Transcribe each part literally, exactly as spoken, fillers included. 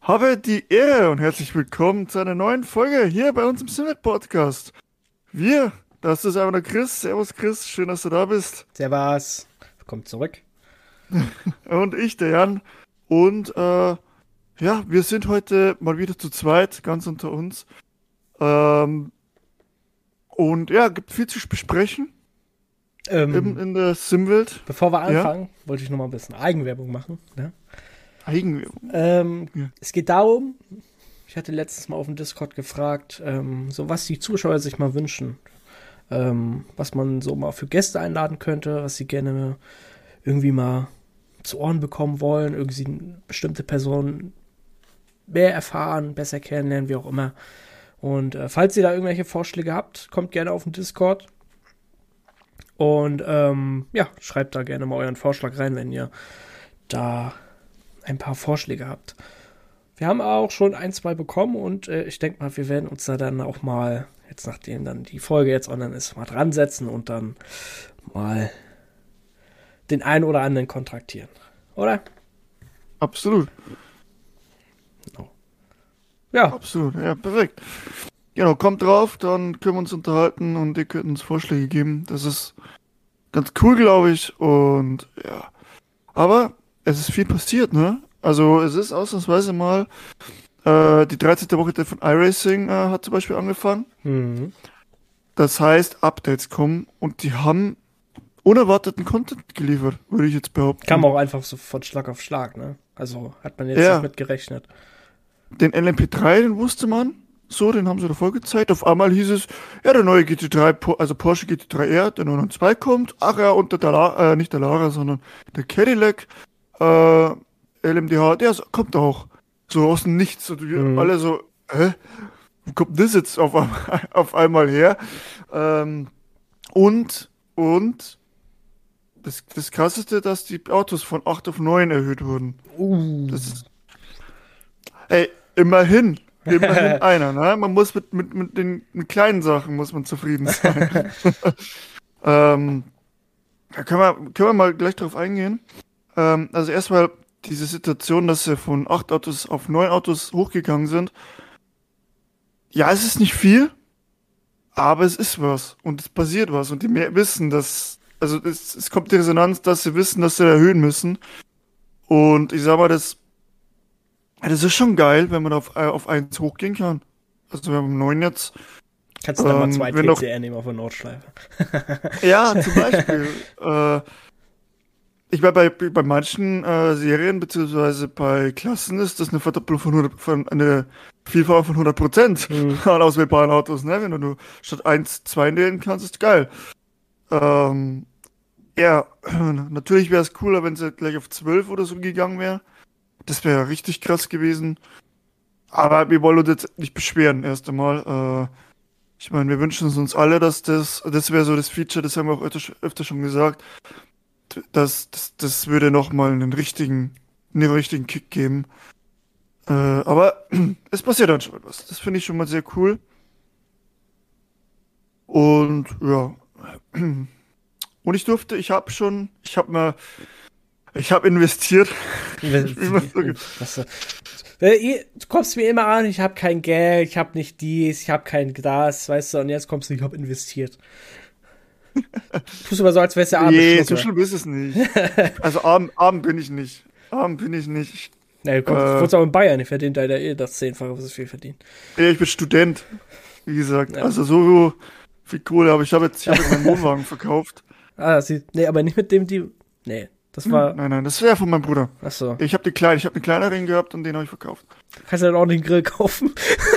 Habe die Ehre und herzlich willkommen zu einer neuen Folge hier bei uns im Cinet Podcast. Wir, das ist einmal der Chris. Servus Chris, schön, dass du da bist. Servus, kommt zurück. Und ich, der Jan. Und äh, ja, wir sind heute mal wieder zu zweit, ganz unter uns. Ähm, und ja, gibt viel zu besprechen Ähm, in, in der Sim-Welt. Bevor wir Ja? anfangen, wollte ich noch mal ein bisschen Eigenwerbung machen. Ne? Eigenwerbung. Ähm, Ja. Es geht darum, ich hatte letztens mal auf dem Discord gefragt, ähm, so was die Zuschauer sich mal wünschen. Ähm, was man so mal für Gäste einladen könnte, was sie gerne irgendwie mal zu Ohren bekommen wollen, irgendwie eine bestimmte Person mehr erfahren, besser kennenlernen, wie auch immer. Und äh, falls ihr da irgendwelche Vorschläge habt, kommt gerne auf den Discord. Und ähm, ja, schreibt da gerne mal euren Vorschlag rein, wenn ihr da ein paar Vorschläge habt. Wir haben auch schon ein, zwei bekommen und äh, ich denke mal, wir werden uns da dann auch mal, jetzt nachdem dann die Folge jetzt online ist, mal dran setzen und dann mal den einen oder anderen kontraktieren. Oder? Absolut. Genau. Ja, Absolut, ja, perfekt. Genau, kommt drauf, dann können wir uns unterhalten und ihr könnt uns Vorschläge geben. Das ist ganz cool, glaube ich. Und ja. Aber es ist viel passiert, ne? Also es ist ausnahmsweise mal äh, die dreizehnte Woche von iRacing äh, hat zum Beispiel angefangen. mhm. Das heißt, Updates kommen und die haben unerwarteten Content geliefert, würde ich jetzt behaupten. Kam auch einfach so von Schlag auf Schlag, ne? Also hat man jetzt Ja. nicht mit gerechnet. Den L M P drei, den wusste man. So, den haben sie davor gezeigt. Auf einmal hieß es, ja, der neue G T drei, Po- also Porsche G T drei R, der neun zwei kommt. Ach ja, und der Dala, äh, nicht der Lara, sondern der Cadillac, äh, L M D H, der ist- kommt auch. So aus dem Nichts. Und wir Mhm. alle so, hä? Wo kommt das jetzt auf, einmal- auf einmal her? Ähm, und, und, das, das krasseste, dass die Autos von acht auf neun erhöht wurden. Uh. Das ist, ey, immerhin. Immerhin einer, ne? Man muss mit, mit, mit den mit kleinen Sachen muss man zufrieden sein. ähm, da können wir, können wir mal gleich drauf eingehen. Ähm, also erstmal diese Situation, dass sie von acht Autos auf neun Autos hochgegangen sind. Ja, es ist nicht viel, aber es ist was. Und es passiert was. Und die mehr wissen, dass, also es, es kommt die Resonanz, dass sie wissen, dass sie erhöhen müssen. Und ich sag mal, das Ja, das ist schon geil, wenn man auf, äh, auf eins hochgehen kann. Also wir haben neun jetzt. Kannst du dann mal ähm, zwei wenn doch- T C R nehmen auf der Nordschleife. Ja, zum Beispiel. äh, ich meine, bei, bei manchen äh, Serien beziehungsweise bei Klassen ist das eine Verdoppelung von hundert, von eine Vielfach von hundert Prozent Mhm. an auswählbaren Autos, ne? Wenn du nur statt eins zwei wählen kannst, ist geil. Ähm, ja, natürlich wäre es cooler, wenn sie gleich auf zwölf oder so gegangen wäre. Das wäre richtig krass gewesen. Aber wir wollen uns jetzt nicht beschweren, erst einmal. Äh, ich meine, wir wünschen es uns alle, dass das, das wäre so das Feature, das haben wir auch öfter, öfter schon gesagt. Das, das, das würde nochmal einen richtigen, einen richtigen Kick geben. Äh, aber es passiert dann schon etwas. Das finde ich schon mal sehr cool. Und ja. Und ich durfte, ich habe schon, ich habe mal, ich habe investiert. Wie man so ge- Was, äh, ihr- du kommst mir immer an, ich habe kein Geld, ich habe nicht dies, ich habe kein das, weißt du, und jetzt kommst du, ich habe investiert. Tust aber so, als wär's der arme Nee, so Schlucker. schlimm ist es nicht. Also arm, arm bin ich nicht. Arm bin ich nicht. Nee, du kommst, Äh. du wohnst auch in Bayern, ich verdient leider eh das Zehnfache, was ich viel verdiene. Ja, ich bin Student, wie gesagt. Ja. Also so viel Kohle, aber ich habe jetzt, ich habe jetzt meinen Wohnwagen verkauft. Ah, sie, nee, aber nicht mit dem, die, nee, das war, Nein, nein, das wäre von meinem Bruder. achso, Ich habe den kleinen, ich habe den kleineren gehabt und den habe ich verkauft. kannst du dann auch den Grill kaufen?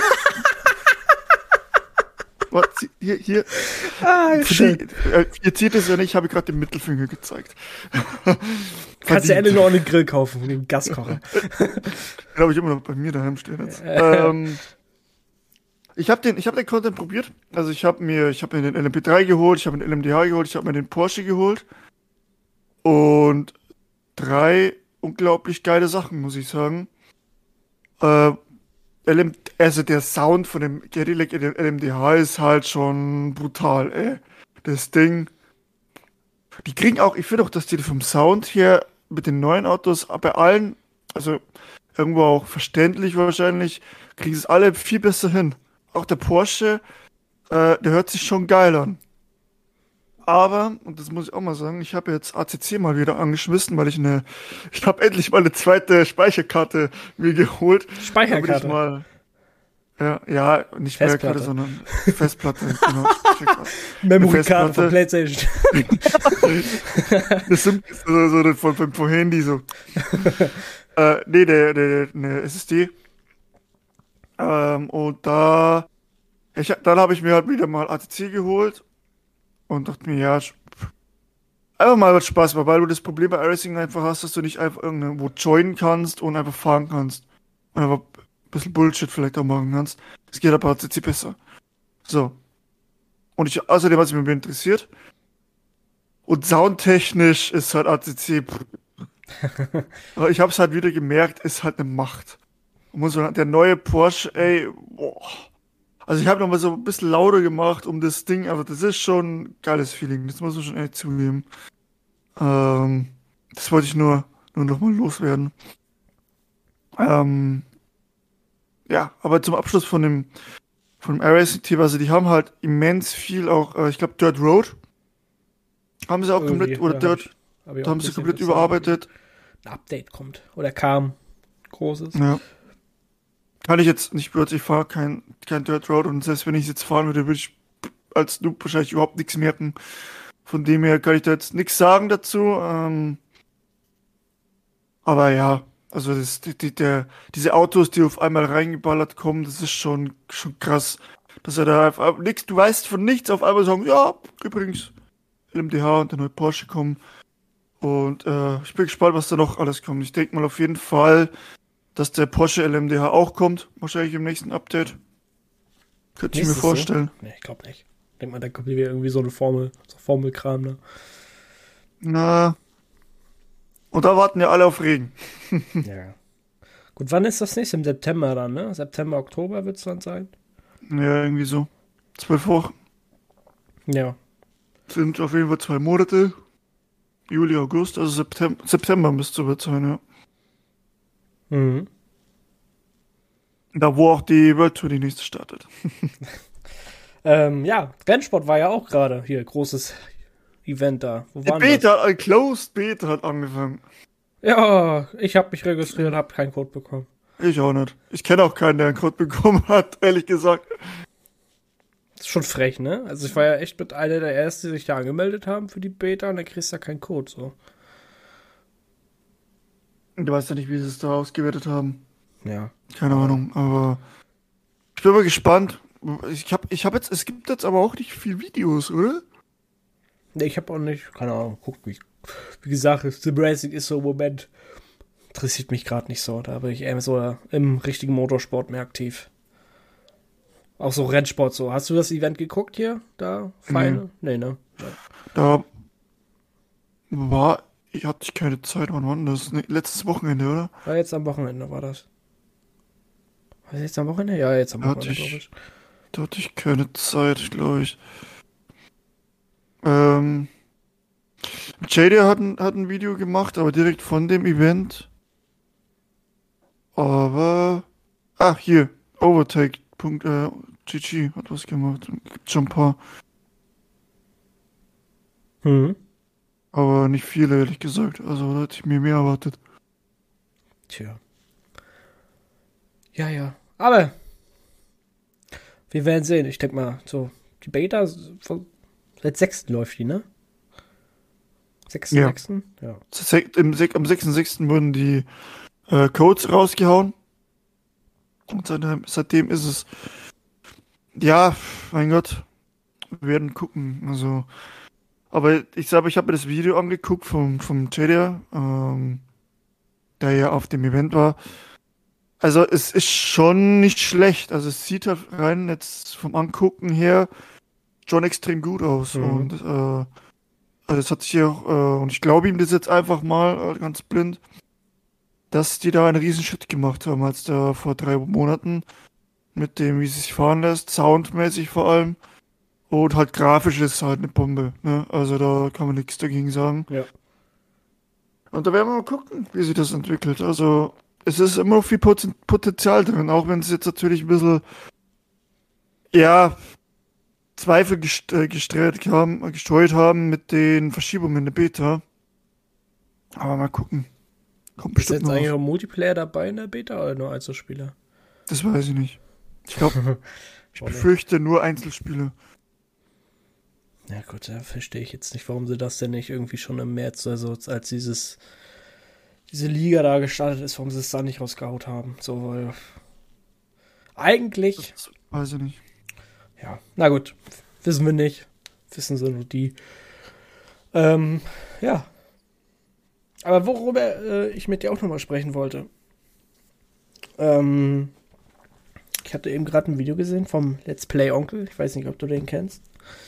Was, hier, hier, Ah, für schön. die, äh, ihr zieht es ja nicht, ich habe gerade den Mittelfinger gezeigt. Kannst du Verdient. endlich noch einen Grill kaufen, den Gaskocher. Den habe ich immer noch bei mir daheim stehen jetzt. ähm, ich habe den, ich habe den Content probiert. Also ich habe mir, ich habe mir den L M P drei geholt, ich habe mir den L M D H geholt, ich habe mir den Porsche geholt und drei unglaublich geile Sachen, muss ich sagen. Äh, L M, also der Sound von dem Cadillac L M D H ist halt schon brutal, ey. Das Ding. Die kriegen auch, ich finde auch, dass die vom Sound her mit den neuen Autos bei allen, also irgendwo auch verständlich wahrscheinlich, kriegen es alle viel besser hin. Auch der Porsche, äh, der hört sich schon geil an. Aber, und das muss ich auch mal sagen, ich habe jetzt A C C mal wieder angeschmissen, weil ich eine, ich habe endlich mal eine zweite Speicherkarte mir geholt. Damit ich Speicherkarte. mal, ja, ja, nicht Speicherkarte, Festplatte. sondern Festplatte, genau. Speicherkarte. Eine Memory-Karte von Festplatte. PlayStation. Eine SIM, so, so von, von, vom Handy so. Äh, nee, der, der, eine S S D. Ähm, und da, ich, dann habe ich mir halt wieder mal A C C geholt und dachte mir, ja, sch- einfach mal was Spaß machen, weil du das Problem bei iRacing einfach hast, dass du nicht einfach irgendwo joinen kannst und einfach fahren kannst. Und einfach ein bisschen Bullshit vielleicht auch machen kannst. Das geht aber A C C besser. So. Und ich, außerdem hat es mich interessiert. Und soundtechnisch ist halt A C C, pff, aber ich habe es halt wieder gemerkt, ist halt eine Macht. Und muss sagen, der neue Porsche, ey, boah. Also ich habe noch mal so ein bisschen lauter gemacht um das Ding, aber das ist schon ein geiles Feeling. Das muss man schon echt zugeben. Ähm, das wollte ich nur, nur noch mal loswerden. Ähm, ja, aber zum Abschluss von dem, von dem iRacing-Team, also die haben halt immens viel auch, äh, ich glaube Dirt Road haben sie auch Irgendwie, komplett, oder ja, habe Dirt, ich, hab ich da auch haben sie gesehen, komplett dass da irgendwie überarbeitet. ein Update kommt. Oder kam. Großes. Ja. Kann ich jetzt nicht beurteilen, ich fahre kein, kein Dirt Road und selbst wenn ich es jetzt fahren würde, würde ich als Noob wahrscheinlich überhaupt nichts merken. Von dem her kann ich da jetzt nichts sagen dazu. Ähm, aber ja, also das, die, die, der, diese Autos, die auf einmal reingeballert kommen, das ist schon, schon krass. Dass er da einfach nichts, du weißt von nichts auf einmal sagen, ja, übrigens, L M D H und der neue Porsche kommen. Und äh, ich bin gespannt, was da noch alles kommt. Ich denke mal auf jeden Fall, dass der Porsche L M D H auch kommt. Wahrscheinlich im nächsten Update. Könnte ich Ist mir es so? vorstellen. Nee, ich glaube nicht. Denk mal, da kommt wieder irgendwie so eine Formel, so Formelkram, ne? Na, und da warten ja alle auf Regen. Ja. Gut, wann ist das nächste? Im September dann, ne? September, Oktober wird es dann sein. Ja, irgendwie so. Zwölf Wochen. Ja. Sind auf jeden Fall zwei Monate. Juli, August, also September, September müsste es sein, ja. Mhm. Da, wo auch die World Tour die nächste startet. Ähm, ja, Rennsport war ja auch gerade hier, großes Event da. Wo Die waren das? Beta, ein Closed Beta hat angefangen. Ja, ich habe mich registriert, habe keinen Code bekommen. Ich auch nicht. Ich kenne auch keinen, der einen Code bekommen hat, ehrlich gesagt. Das ist schon frech, ne? Also ich war ja echt mit einer der Ersten, die sich da angemeldet haben für die Beta und dann kriegst du ja keinen Code, so. Du weißt ja nicht, wie sie es da ausgewertet haben. Ja. Keine Ahnung, aber ich bin mal gespannt. Ich hab, ich hab jetzt, es gibt jetzt aber auch nicht viel Videos, oder? Nee, ich habe auch nicht, keine Ahnung, guck mich. Wie gesagt, Sim Racing ist so im Moment, interessiert mich gerade nicht so. Da bin ich eher so im richtigen Motorsport mehr aktiv. Auch so Rennsport so. Hast du das Event geguckt hier? Da? Final? Nee, ne? Da war, ich hatte keine Zeit, wann war denn das? Nee, letztes Wochenende, oder? War jetzt am Wochenende, war das. War das jetzt am Wochenende? Ja, jetzt am Da hatte Wochenende, glaube ich, ich. da hatte ich keine Zeit, glaube ich. Ähm, J D hat ein, hat ein Video gemacht, aber direkt von dem Event. Aber, ach, hier, Overtake. Punkt, äh, G G hat was gemacht. Gibt schon ein paar, Mhm. aber nicht viele, ehrlich gesagt. Also, da hätte ich mir mehr erwartet. Tja. Ja, ja. Aber wir werden sehen. Ich denke mal, so, die Beta von, seit sechsten läuft die, ne? sechsten Ja. sechsten Ja. Sek- Im, Sek- am sechsten sechsten wurden die äh, Codes rausgehauen. Und seitdem, seitdem ist es, ja, mein Gott, wir werden gucken. Also, aber ich sage, ich habe mir das Video angeguckt vom, vom J D, ähm, der ja auf dem Event war. Also, es ist schon nicht schlecht. Also, es sieht halt rein jetzt vom Angucken her schon extrem gut aus. Mhm. Und, äh, also, es hat sich auch, äh, und ich glaube ihm das jetzt einfach mal, äh, ganz blind, dass die da einen riesen Schritt gemacht haben, als da vor drei Monaten mit dem, wie es sich fahren lässt, soundmäßig vor allem. Und halt grafisch ist halt eine Bombe, ne? Also da kann man nichts dagegen sagen. Ja. Und da werden wir mal gucken, wie sich das entwickelt. Also es ist immer noch viel Poten- Potenzial drin, auch wenn es jetzt natürlich ein bisschen, ja, Zweifel gest äh, gestreut haben, gestreut haben mit den Verschiebungen in der Beta. Aber mal gucken. Kommt Ist bestimmt jetzt noch eigentlich was. auch Multiplayer dabei in der Beta oder nur Einzelspieler? Das weiß ich nicht. Ich glaube, ich Oh, nee. befürchte nur Einzelspiele. Ja gut, da verstehe ich jetzt nicht, warum sie das denn nicht irgendwie schon im März, also als dieses diese Liga da gestartet ist, warum sie es da nicht rausgehaut haben. So, weil eigentlich, Das weiß ich nicht. ja, na gut, wissen wir nicht. Wissen sie nur die. Ähm, ja. Aber worüber äh, ich mit dir auch nochmal sprechen wollte. Ähm, ich hatte eben gerade ein Video gesehen vom Let's Play Onkel. Ich weiß nicht, ob du den kennst.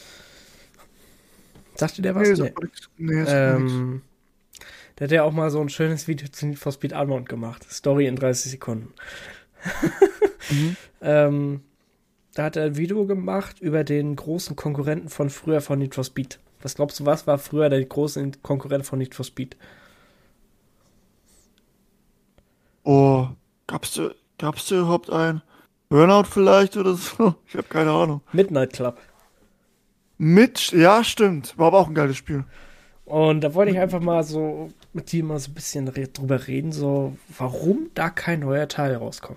Sagt dir der was? Nee, Nee. sagt mir nix. Nee, sagt mir nix. Ähm, der hat ja auch mal so ein schönes Video zu Need for Speed Unbound gemacht. Story in dreißig Sekunden. Mhm. Ähm, da hat er ein Video gemacht über den großen Konkurrenten von früher von Need for Speed. Was glaubst du, was war früher der große Konkurrent von Need for Speed? Oh, gab's da, gab's da überhaupt einen? Burnout vielleicht oder so? Ich habe keine Ahnung. Midnight Club. Mit, ja, stimmt. War aber auch ein geiles Spiel. Und da wollte ich einfach mal so mit dir mal so ein bisschen re drüber reden, so warum da kein neuer Teil rauskommt.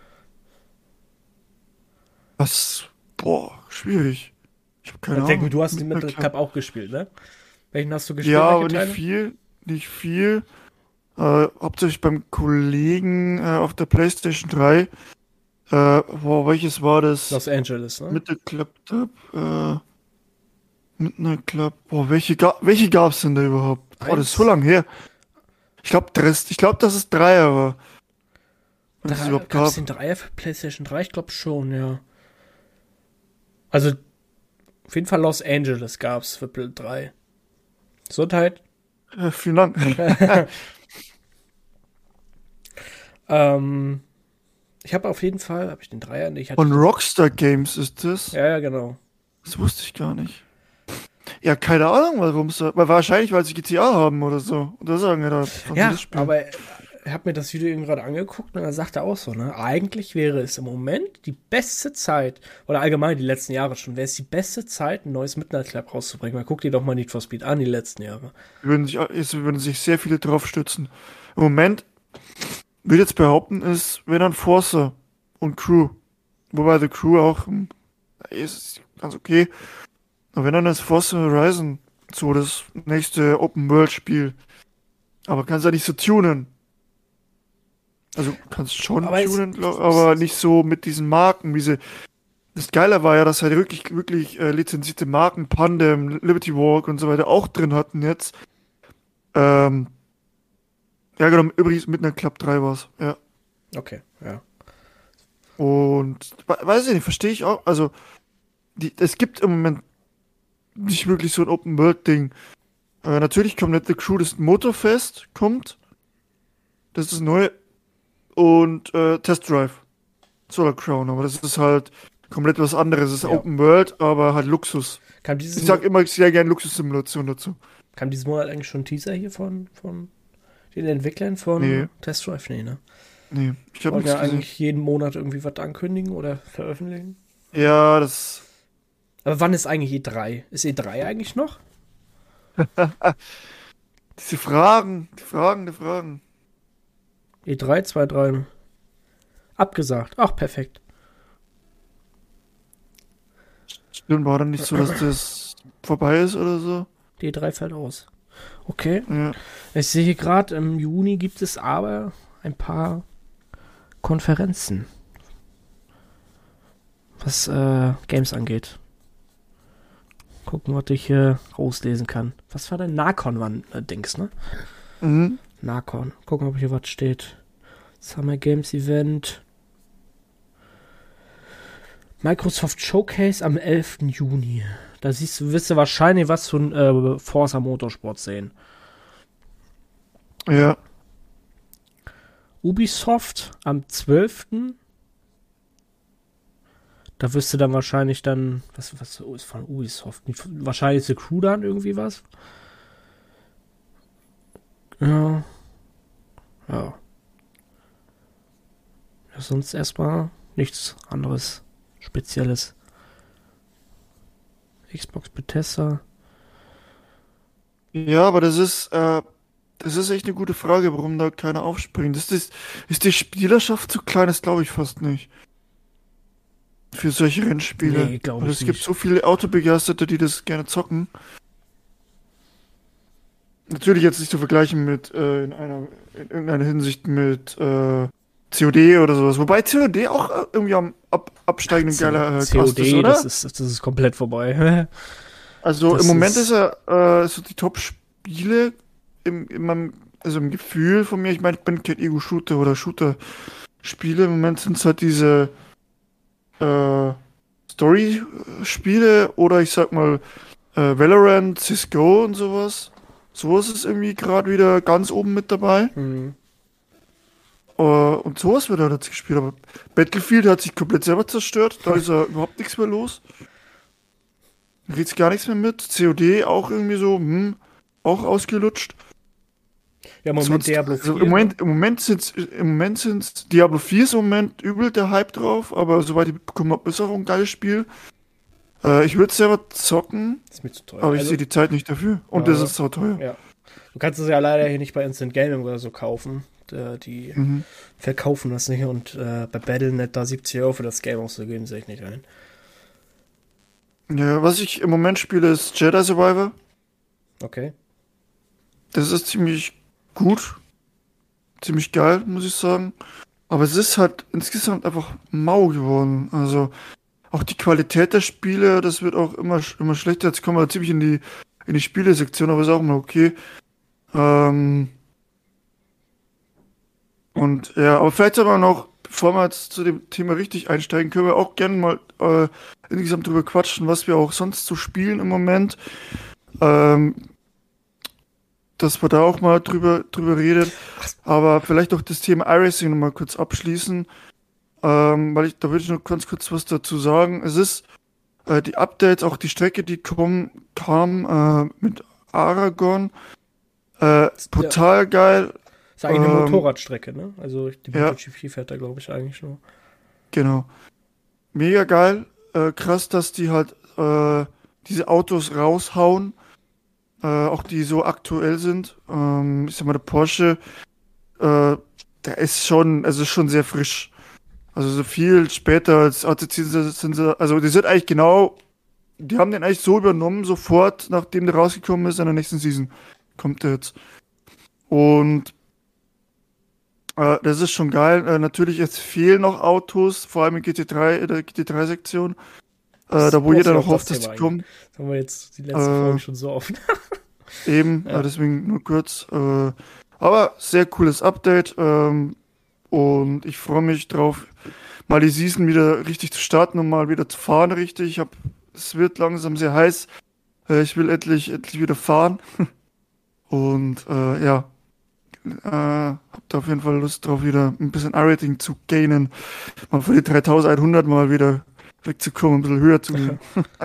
Was? Boah, schwierig. Ich habe keine Ich denke, Ahnung. du hast den Midnight Midnight Club. Club auch gespielt, ne? Welchen hast du gespielt? Ja, Welche aber nicht Teile? viel. Nicht viel. Äh, hauptsächlich beim Kollegen äh, auf der PlayStation drei. Äh, boah, welches war das? Los Angeles, ne? Midnight Club, äh, Midnight Club. Boah, welche, ga welche gab's denn da überhaupt? Boah, das ist so Eins? lang her. Ich glaube, ich glaub, dass es Dreier war. Wenn es Drei, überhaupt gab gab. es den Dreier für PlayStation drei? Ich glaube schon, ja. Also, auf jeden Fall Los Angeles gab es für Play drei. Gesundheit. Ja, vielen Dank. ähm, ich habe auf jeden Fall, habe ich den Dreier? Nee, ich hatte Von den- Rockstar Games ist das. Ja, ja, genau. Das wusste ich gar nicht. Ja, keine Ahnung, warum es. Weil wahrscheinlich, weil sie G T A haben oder so. Oder sagen ja da von Ja, das Spiel. aber ich habe mir das Video eben gerade angeguckt und er sagte auch so, ne? Eigentlich wäre es im Moment die beste Zeit, oder allgemein die letzten Jahre schon, wäre es die beste Zeit, ein neues Midnight Club rauszubringen. Mal guck dir doch mal Need for Speed an, die letzten Jahre. Würden sich, es würden sich sehr viele drauf stützen. Im Moment, würde ich jetzt behaupten, ist, wenn dann Forza und Crew. Wobei The Crew auch hm, ist ganz okay. Aber wenn dann ist Forza Horizon so das nächste Open-World-Spiel. Aber kannst ja nicht so tunen. Also kannst schon Aber es- tunen, glaub, aber nicht so mit diesen Marken, wie sie. Das Geile war ja, dass halt wirklich, wirklich äh, lizenzierte Marken, Pandem, Liberty Walk und so weiter auch drin hatten jetzt. Ähm, ja, genau, übrigens Midnight Club drei war's, ja. Okay, ja. Und we- weiß ich nicht, verstehe ich auch. Also, die, es gibt im Moment nicht wirklich so ein Open-World-Ding. Äh, natürlich kommt nicht The Crew, das Motorfest kommt. Das ist das neue. Und äh, Test Drive. Solar Crown, aber das ist halt komplett was anderes. Es ist Ja. Open World, aber halt Luxus. Kam dieses, Ich sag immer sehr gerne Luxussimulation dazu. kam diesen Monat eigentlich schon ein Teaser hier von, von den Entwicklern von Nee. Test Drive? Nee, ne? Nee, ich habe Wollen nichts ja gesehen. eigentlich jeden Monat irgendwie was ankündigen oder veröffentlichen. Ja, das. Aber wann ist eigentlich E drei? Ist E drei eigentlich noch? Diese Fragen, die Fragen, die Fragen. E drei, zwei, drei. Abgesagt. Ach, perfekt. Stimmt, war dann nicht so, dass das vorbei ist oder so? Die E drei fällt aus. Okay. Ja. Ich sehe gerade, im Juni gibt es aber ein paar Konferenzen. Was äh, Games angeht. Gucken, was ich hier rauslesen kann. Was war denn Narcon, wann äh, Dings, ne? Mhm. Narcon. Gucken, ob hier was steht. Summer Games Event. Microsoft Showcase am elften Juni. Da siehst du, wirst du wahrscheinlich was von äh, Forza Motorsport sehen. Ja. Ubisoft am zwölften Da wirst du dann wahrscheinlich dann, was, was ist von Ubisoft? Nicht- Wahrscheinlich ist The Crew dann irgendwie was. Ja. Ja. sonst erstmal nichts anderes Spezielles. Xbox Bethesda. Ja, aber das ist, äh, das ist echt eine gute Frage, warum da keiner aufspringt. Ist, das, ist die Spielerschaft zu klein? Das glaube ich fast nicht. Für solche Rennspiele. Nee, glaube Weil ich es gibt nicht. so viele Autobegeisterte, die das gerne zocken. Natürlich jetzt nicht zu vergleichen mit, äh, in einer, in irgendeiner Hinsicht mit, äh, C O D oder sowas. Wobei C O D auch äh, irgendwie am ab, absteigenden geiler äh, Cast ist, C O D, oder? das ist, das ist komplett vorbei. Also Das im Moment ist- ist er äh, so die Top-Spiele im, in meinem, also im Gefühl von mir. Ich meine, ich bin kein Ego-Shooter oder Shooter-Spiele. Im Moment sind es halt diese äh, Story-Spiele oder ich sag mal äh, Valorant, C S G O und sowas. Sowas ist irgendwie gerade wieder ganz oben mit dabei. Hm. Äh, und sowas wird halt jetzt gespielt. Aber Battlefield hat sich komplett selber zerstört. Da ist ja überhaupt nichts mehr los. Da geht's gar nichts mehr mit. C O D auch irgendwie so, hm, auch ausgelutscht. Ja, im Moment Sonst- Diablo vier. also im Moment, im Moment sind's, im Moment sind's, Diablo vier ist im Moment übel der Hype drauf, aber soweit ich bekommen habe, ist auch ein geiles Spiel. Äh, ich würde selber zocken, Das ist mir zu teuer. aber ich Also, sehe die Zeit nicht dafür. Und Ja. das ist so teuer. ja. Du kannst es ja leider hier nicht bei Instant Gaming oder so kaufen. Äh, Die Mhm. verkaufen das nicht und äh, bei Battle Punkt net da siebzig Euro für das Game auszugeben, sehe ich nicht ein. Ja, was ich im Moment spiele, ist Jedi Survivor. Okay. Das ist ziemlich gut. Ziemlich geil, muss ich sagen. Aber es ist halt insgesamt einfach mau geworden. Also auch die Qualität der Spiele, das wird auch immer, sch- immer schlechter. Jetzt kommen wir ziemlich in die, in die Spielesektion, aber ist auch mal okay. Ähm, und ja, aber vielleicht aber noch, bevor wir jetzt zu dem Thema richtig einsteigen, können wir auch gerne mal äh, insgesamt drüber quatschen, was wir auch sonst so spielen im Moment. Ähm, dass wir da auch mal drüber, drüber reden. Aber vielleicht auch das Thema iRacing noch mal kurz abschließen. Ähm, weil ich, da würde ich noch ganz kurz was dazu sagen. Es ist äh, die Updates, auch die Strecke, die kommen, kam äh, mit Aragon. Äh, brutal geil. Ist eigentlich eine Ähm, Motorradstrecke, ne? Also die ja. MotoGP fährt da, glaube ich, eigentlich nur. Genau. Mega geil. Äh, krass, dass die halt äh, diese Autos raushauen. Äh, auch die so aktuell sind. Ähm, ich sag mal, der Porsche, äh, der ist schon, also schon sehr frisch. Also so viel später als A T C sind sie, sind sie, also die sind eigentlich genau, die haben den eigentlich so übernommen, sofort, nachdem der rausgekommen ist, in der nächsten Season kommt der jetzt. Und äh, das ist schon geil. Äh, natürlich, es fehlen noch Autos, vor allem in G T drei, in der G T drei-Sektion, äh, da wo Das jeder ist noch auch hofft, das dass die Thema kommen. Das haben wir jetzt die letzte Äh, Folge schon so oft. Eben, Ja. äh, deswegen nur kurz. Äh, aber sehr cooles Update. Ähm, und ich freue mich drauf, mal die Season wieder richtig zu starten und mal wieder zu fahren richtig. Ich hab, es wird langsam sehr heiß. Äh, ich will endlich, endlich wieder fahren. Und äh, ja, äh, hab da auf jeden Fall Lust drauf, wieder ein bisschen iRating zu gainen. Mal für die dreitausendeinhundert mal wieder wegzukommen, ein bisschen höher zu gehen.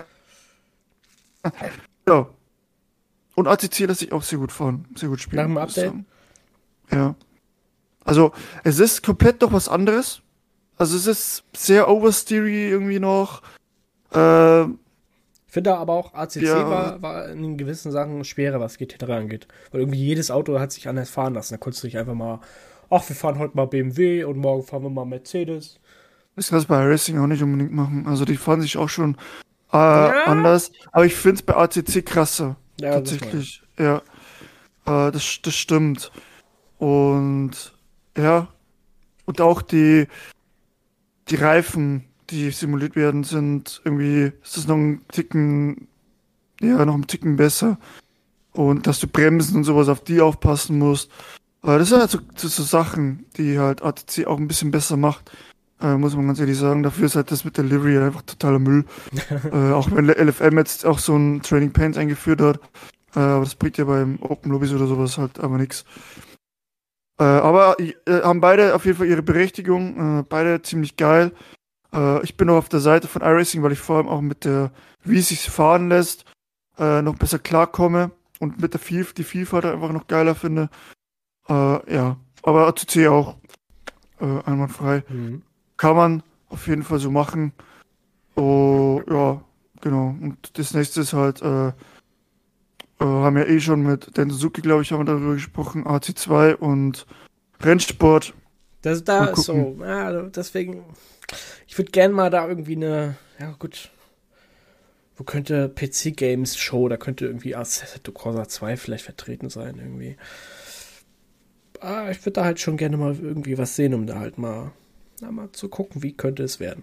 Ja. Und A T C lässt sich auch sehr gut fahren, sehr gut spielen. Nach dem muss ich Update? sagen. Ja. Also, es ist komplett doch was anderes. Also, es ist sehr oversteery irgendwie noch. Äh, Ich finde aber auch, A C C Ja. war, war in gewissen Sachen schwerer, was G T drei angeht. Weil irgendwie jedes Auto hat sich anders fahren lassen. Da konntest du nicht einfach mal, ach, wir fahren heute mal B M W und morgen fahren wir mal Mercedes. ich kann es bei Racing auch nicht unbedingt machen. Also, die fahren sich auch schon äh, Ja. anders. Aber ich finde es bei A C C krasser. Ja, das tatsächlich. Ja. Äh, das, das stimmt. Und ja. Und auch die, die Reifen, die simuliert werden, sind irgendwie, ist das noch ein Ticken, ja, noch ein Ticken besser. Und dass du Bremsen und sowas auf die aufpassen musst. Äh, das sind halt so, so, so Sachen, die halt A T C auch ein bisschen besser macht. Äh, muss man ganz ehrlich sagen. Dafür ist halt das mit der Livery einfach totaler Müll. äh, auch wenn L F M jetzt auch so ein Training Paints eingeführt hat. Äh, aber das bringt ja beim Open Lobbys oder sowas halt aber nichts. Äh, aber äh, haben beide auf jeden Fall ihre Berechtigung. Äh, beide ziemlich geil. Äh, ich bin auch auf der Seite von iRacing, weil ich vor allem auch mit der, wie es sich fahren lässt, äh, noch besser klarkomme. Und mit der Vielf die Vielfalt einfach noch geiler finde. Äh, ja. Aber A T C auch äh, einwandfrei. Mhm. kann man auf jeden Fall so machen. Oh, ja, genau. Und das nächste ist halt, äh, äh, haben wir eh schon mit Dan Suzuki, glaube ich, haben wir darüber gesprochen, A C zwei und Rennsport. Das da ist so, ja, deswegen, ich würde gerne mal da irgendwie eine, ja gut, wo könnte P C Games Show, da könnte irgendwie Assetto Corsa zwei vielleicht vertreten sein, irgendwie. Ah, ich würde da halt schon gerne mal irgendwie was sehen, um da halt mal, na, mal zu gucken, wie könnte es werden.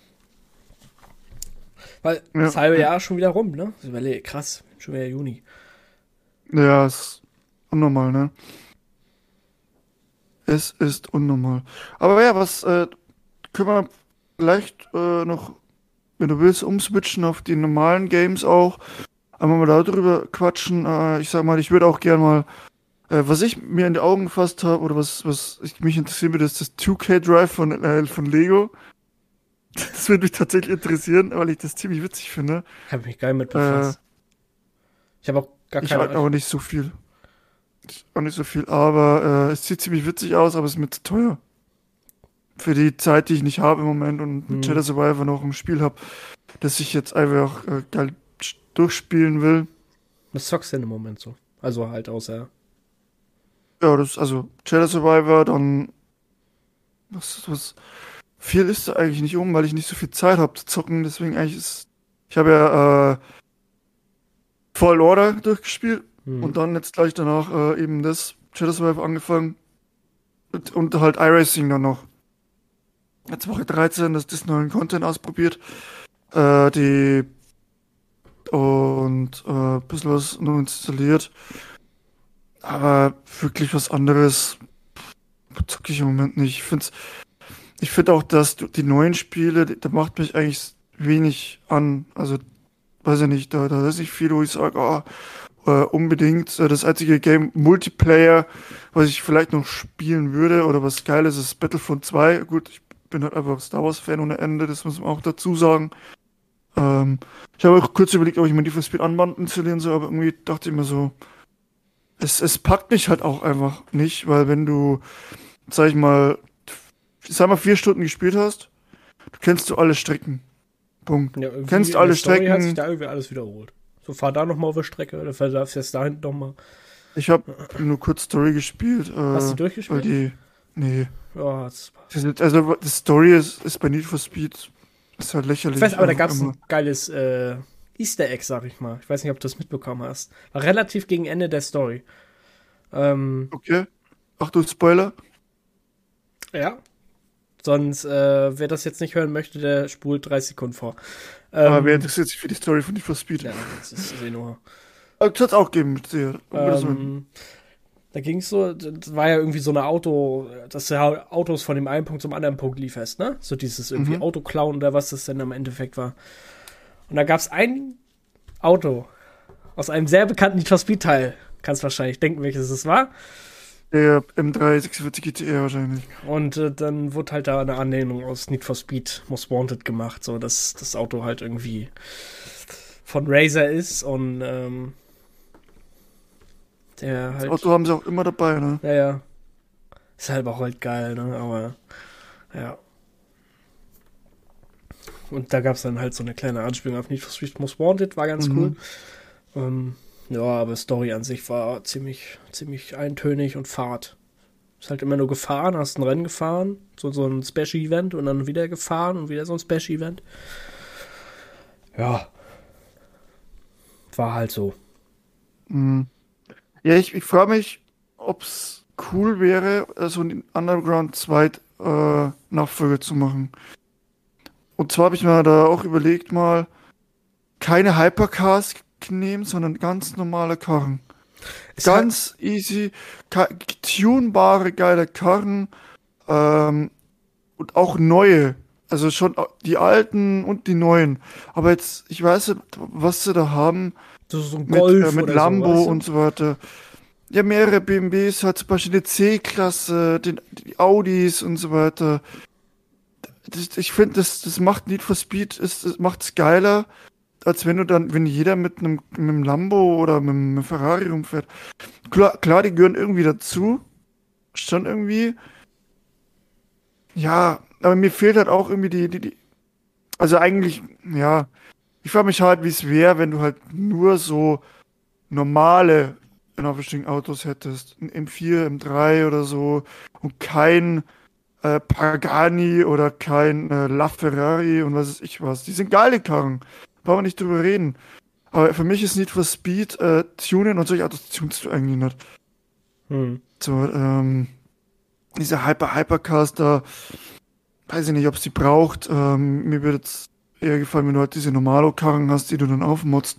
Weil Ja. das halbe Jahr schon wieder rum, ne? Das überlege, krass, schon wieder Juni. Ja, ist unnormal, ne? Es ist unnormal. Aber ja, was äh, können wir vielleicht äh, noch, wenn du willst, umswitchen auf die normalen Games auch. Einmal mal darüber quatschen. Äh, ich sag mal, ich würde auch gern mal, äh, was ich mir in die Augen gefasst habe, oder was, was ich, mich interessieren würde, ist das zwei K Drive von, äh, von Lego. Das würde mich tatsächlich interessieren, weil ich das ziemlich witzig finde. Habe mich geil mit befasst. Äh, ich habe auch gar ich keine auch nicht so viel. Auch nicht so viel, aber äh, es sieht ziemlich witzig aus, aber es ist mir zu teuer. Für die Zeit, die ich nicht habe im Moment und Hm. mit Jedi Survivor noch im Spiel habe, dass ich jetzt einfach äh, geil durchspielen will. Was zockst du denn im Moment so? Also halt außer. Ja, das, also Jedi Survivor, dann was, was, viel ist da eigentlich nicht um, weil ich nicht so viel Zeit habe zu zocken, deswegen eigentlich ist, ich habe ja äh, Fallen Order durchgespielt Hm. und dann jetzt gleich danach äh, eben das Jedi Survivor angefangen und, und halt iRacing dann noch. Jetzt Woche dreizehn, das, das neuen Content ausprobiert. Äh, die und äh, ein bisschen was noch installiert. Aber wirklich was anderes zocke ich im Moment nicht. Ich finde ich find auch, dass du- die neuen Spiele, da macht mich eigentlich wenig an. Also, weiß ich nicht, da, da ist nicht viel, wo ich sage, oh, äh, unbedingt. Äh, Das einzige Game Multiplayer, was ich vielleicht noch spielen würde oder was geil ist, ist Battlefront zwei. Gut, ich bin halt einfach Star Wars-Fan ohne Ende, das muss man auch dazu sagen. Ähm, ich habe auch kurz überlegt, ob ich mir die für Speed Unbound installieren soll, aber irgendwie dachte ich mir so, es, es packt mich halt auch einfach nicht, weil wenn du, sag ich mal, sag mal, vier Stunden gespielt hast, du kennst du alle Strecken. Punkt. Ja, irgendwie Kennst in alle der Story Strecken. hat sich da irgendwie alles wiederholt. So, fahr da nochmal auf der Strecke, oder fahr da fährst da hinten nochmal. Ich habe nur kurz Story gespielt. Äh, Hast du weil durchgespielt? die, nee. Ja, das, Das ist, also, die Story ist, ist bei Need for Speed, ist halt lächerlich. ich weiß, aber da einfach gab es immer. ein geiles äh, Easter Egg, sag ich mal. Ich weiß nicht, ob du das mitbekommen hast. War relativ gegen Ende der Story. Ähm, Okay. Ach du Spoiler? ja. Sonst, äh, wer das jetzt nicht hören möchte, der spult dreißig Sekunden vor. Aber Ähm, wer interessiert sich für die Story von Need for Speed? ja, das ist eh nur. Aber das hat's auch gegeben mit dir. Um Gottes Willen. Ähm, da ging es so, das war ja irgendwie so eine Auto, dass du ja Autos von dem einen Punkt zum anderen Punkt lieferst, ne? So dieses irgendwie Mhm. Auto klauen oder was das denn im Endeffekt war. Und da gab es ein Auto aus einem sehr bekannten Need for Speed Teil. Kannst wahrscheinlich denken, welches es war. Der M drei sechsundvierzig G T R wahrscheinlich. Und äh, dann wurde halt da eine Anlehnung aus Need for Speed Most Wanted gemacht, so dass das Auto halt irgendwie von Razer ist und ähm, der Das halt. Auto haben sie auch immer dabei, ne? Ja, ja. Ist halt auch halt geil, ne? Aber ja. Und da gab es dann halt so eine kleine Anspielung auf Need for Speed Most Wanted, war ganz Mhm. cool. Ähm, ja, aber Story an sich war ziemlich, ziemlich eintönig und Fahrt. Ist halt immer nur gefahren, hast ein Rennen gefahren, so, so ein Special-Event und dann wieder gefahren und wieder so ein Special-Event. Ja. War halt so. Mhm. Ja, ich, ich frage mich, ob es cool wäre, äh, so einen Underground zwei äh, Nachfolger zu machen. Und zwar habe ich mir da auch überlegt, mal keine Hypercars nehmen, sondern ganz normale Karren. Ist halt, Ganz easy, ka- tunbare, geile Karren ähm, und auch neue. Also schon au- die alten und die neuen. Aber jetzt, ich weiß nicht, was sie da haben so, so ein mit, Golf äh, mit oder Lambo so, weißt du? und so weiter. Ja, mehrere B M Ws, halt zum Beispiel eine C-Klasse, den, die Audis und so weiter. Das, ich finde, das, das macht Need for Speed, ist, das macht's geiler, als wenn du dann, wenn jeder mit einem, mit einem Lambo oder mit einem Ferrari rumfährt. Klar, klar, die gehören irgendwie dazu. Schon irgendwie. Ja, aber mir fehlt halt auch irgendwie die, die, die, also eigentlich, ja, ich frage mich halt, wie es wäre, wenn du halt nur so normale, in Anführungsstrichen, Autos hättest. Ein M vier, M drei oder so und kein äh, Pagani oder kein äh, LaFerrari und was weiß ich was. Die sind geile Karren. Brauchen wir nicht drüber reden. Aber für mich ist Need for Speed äh, Tunen und solche Autos tunst du eigentlich nicht. Hm. So, ähm, diese Hyper Hypercars da, weiß ich nicht, ob es die braucht. Ähm, mir würde es eher gefallen, wenn du halt diese Normalo-Karren hast, die du dann aufmotzt.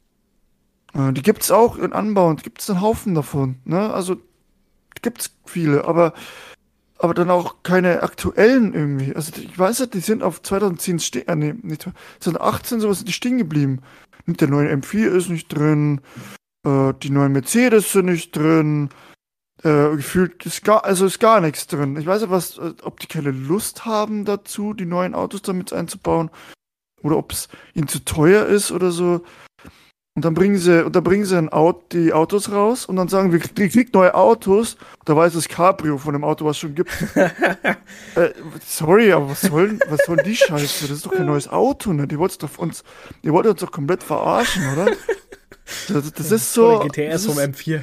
Äh, die gibt's auch in Anbau und gibt's einen Haufen davon, ne? Also gibt's viele, aber aber dann auch keine aktuellen irgendwie. Also ich weiß nicht, die sind auf zwanzig zehn stehen, äh, nee, nicht zwanzig achtzehn sowas sind die stehen geblieben. Und der neue M vier ist nicht drin, äh, die neuen Mercedes sind nicht drin, äh, gefühlt ist gar, also ist gar nichts drin. Ich weiß nicht, was, äh, ob die keine Lust haben dazu, die neuen Autos damit einzubauen, oder ob es ihnen zu teuer ist oder so. Und dann bringen sie, und dann bringen sie ein Auto, die Autos raus und dann sagen wir, ihr kriegt neue Autos. Da weiß das Cabrio von dem Auto, was es schon gibt. Äh, sorry, aber was soll, was soll die Scheiße? Das ist doch kein neues Auto, ne? Die wollt's doch uns, ihr wollt uns doch komplett verarschen, oder? Das, das ist so. G T S Das vom ist, M vier.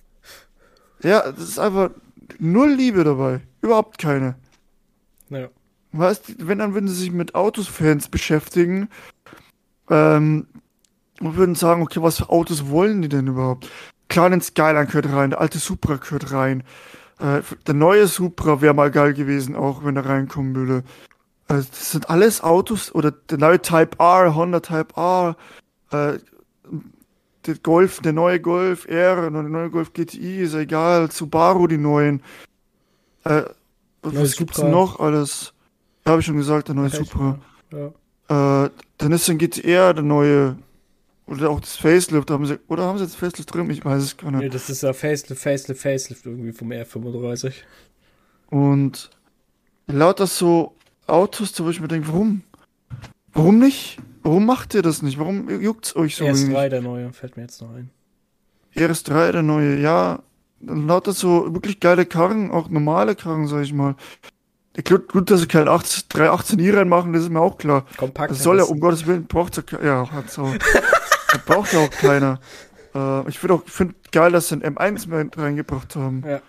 ja, das ist einfach null Liebe dabei. Überhaupt keine. Ja. Weißt, wenn, dann würden sie sich mit Autosfans beschäftigen, ähm, und würden sagen, okay, was für Autos wollen die denn überhaupt? Klar, den Skyline gehört rein, der alte Supra gehört rein. Äh, der neue Supra wäre mal geil gewesen, auch wenn er reinkommen würde. Also, das sind alles Autos, oder der neue Type R, Honda Type R, äh, der Golf, der neue Golf R, der neue Golf G T I, ist ja egal, Subaru, die neuen. Äh, Neues was gibt's Supra. denn noch alles? Habe ich schon gesagt, der neue Ja, ich Supra. mal. Ja. Äh, dann ist ein G T R, der neue. Oder auch das Facelift, haben sie, oder haben sie jetzt Facelift drin? Ich weiß es gar Nee, nicht. das ist ja Facelift, Facelift, Facelift irgendwie vom R fünfunddreißig. Und lauter so Autos, wo ich mir denke, warum? Warum nicht? Warum macht ihr das nicht? Warum juckt's euch so R S drei, wenig? der neue, fällt mir jetzt noch ein. R S drei, der neue, ja. Dann lauter so wirklich geile Karren, auch normale Karren, sag ich mal. Ja, Gut, gut, dass sie kein achtzehn, drei achtzehn i reinmachen, das ist mir auch klar. Kompakt. Das soll ja, das- um Gottes Willen, braucht ja, ke- ja, hat's auch. Das braucht ja auch keiner. Äh, ich finde auch, finde geil, dass sie ein M eins mit reingebracht haben. Ja.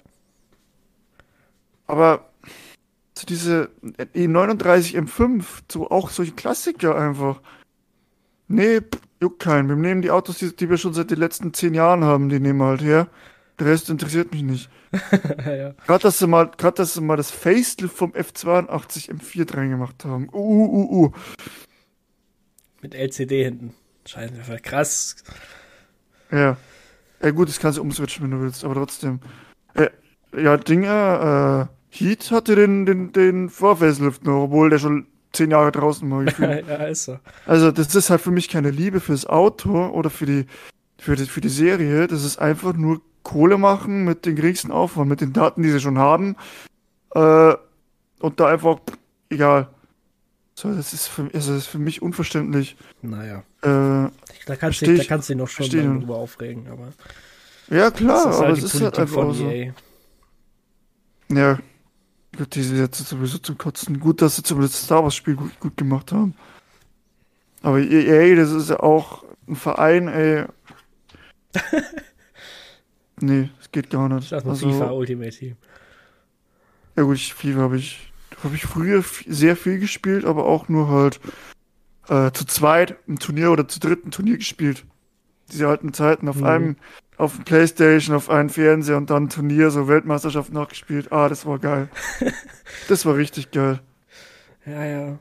Aber so diese E neununddreißig M fünf, so auch solche Klassiker einfach. Nee, pff, juckt keinen. Wir nehmen die Autos, die, die wir schon seit den letzten zehn Jahren haben, die nehmen wir halt her. Der Rest interessiert mich nicht. ja. Gerade, dass sie mal, gerade, dass sie mal das Facelift vom F zweiundachtzig M vier dran gemacht haben. Uh, uh, uh. uh. Mit L C D hinten. Scheinwerfer. Krass. Ja. Ja gut, das kannst du umswitchen, wenn du willst, aber trotzdem. Äh, ja, Dinger, äh, Heat hatte den, den, den Vor-Facelift noch, obwohl der schon zehn Jahre draußen war gefühlt. ja, ist so. Also, das ist halt für mich keine Liebe fürs Auto oder für die, für die, für die Serie. Das ist einfach nur Kohle machen mit dem geringsten Aufwand, mit den Daten, die sie schon haben. Äh, und da einfach, pff, egal. So, das ist für, also das ist für mich unverständlich. Naja. Äh, Da kannst, Versteh du, da ich. kannst du dich noch schon Versteh lange ich. drüber aufregen, aber ja, klar, das ist aber halt es die ist halt Politik einfach von so. E A. Ja, gut, diese jetzt sowieso zum Kotzen. Gut, dass sie zumindest das Star Wars-Spiel gut, gut gemacht haben. Aber E A, das ist ja auch ein Verein, ey. Nee, das geht gar nicht. Statt ein Also, FIFA Ultimate Team. ja gut, ich- FIFA habe ich, habe ich früher f- sehr viel gespielt, aber auch nur halt äh, zu zweit im Turnier oder zu dritt ein Turnier gespielt. Diese alten Zeiten auf Mhm. einem, auf dem Playstation, auf einem Fernseher und dann ein Turnier, so Weltmeisterschaft nachgespielt. Ah, das war geil. Das war richtig geil. Ja, ja.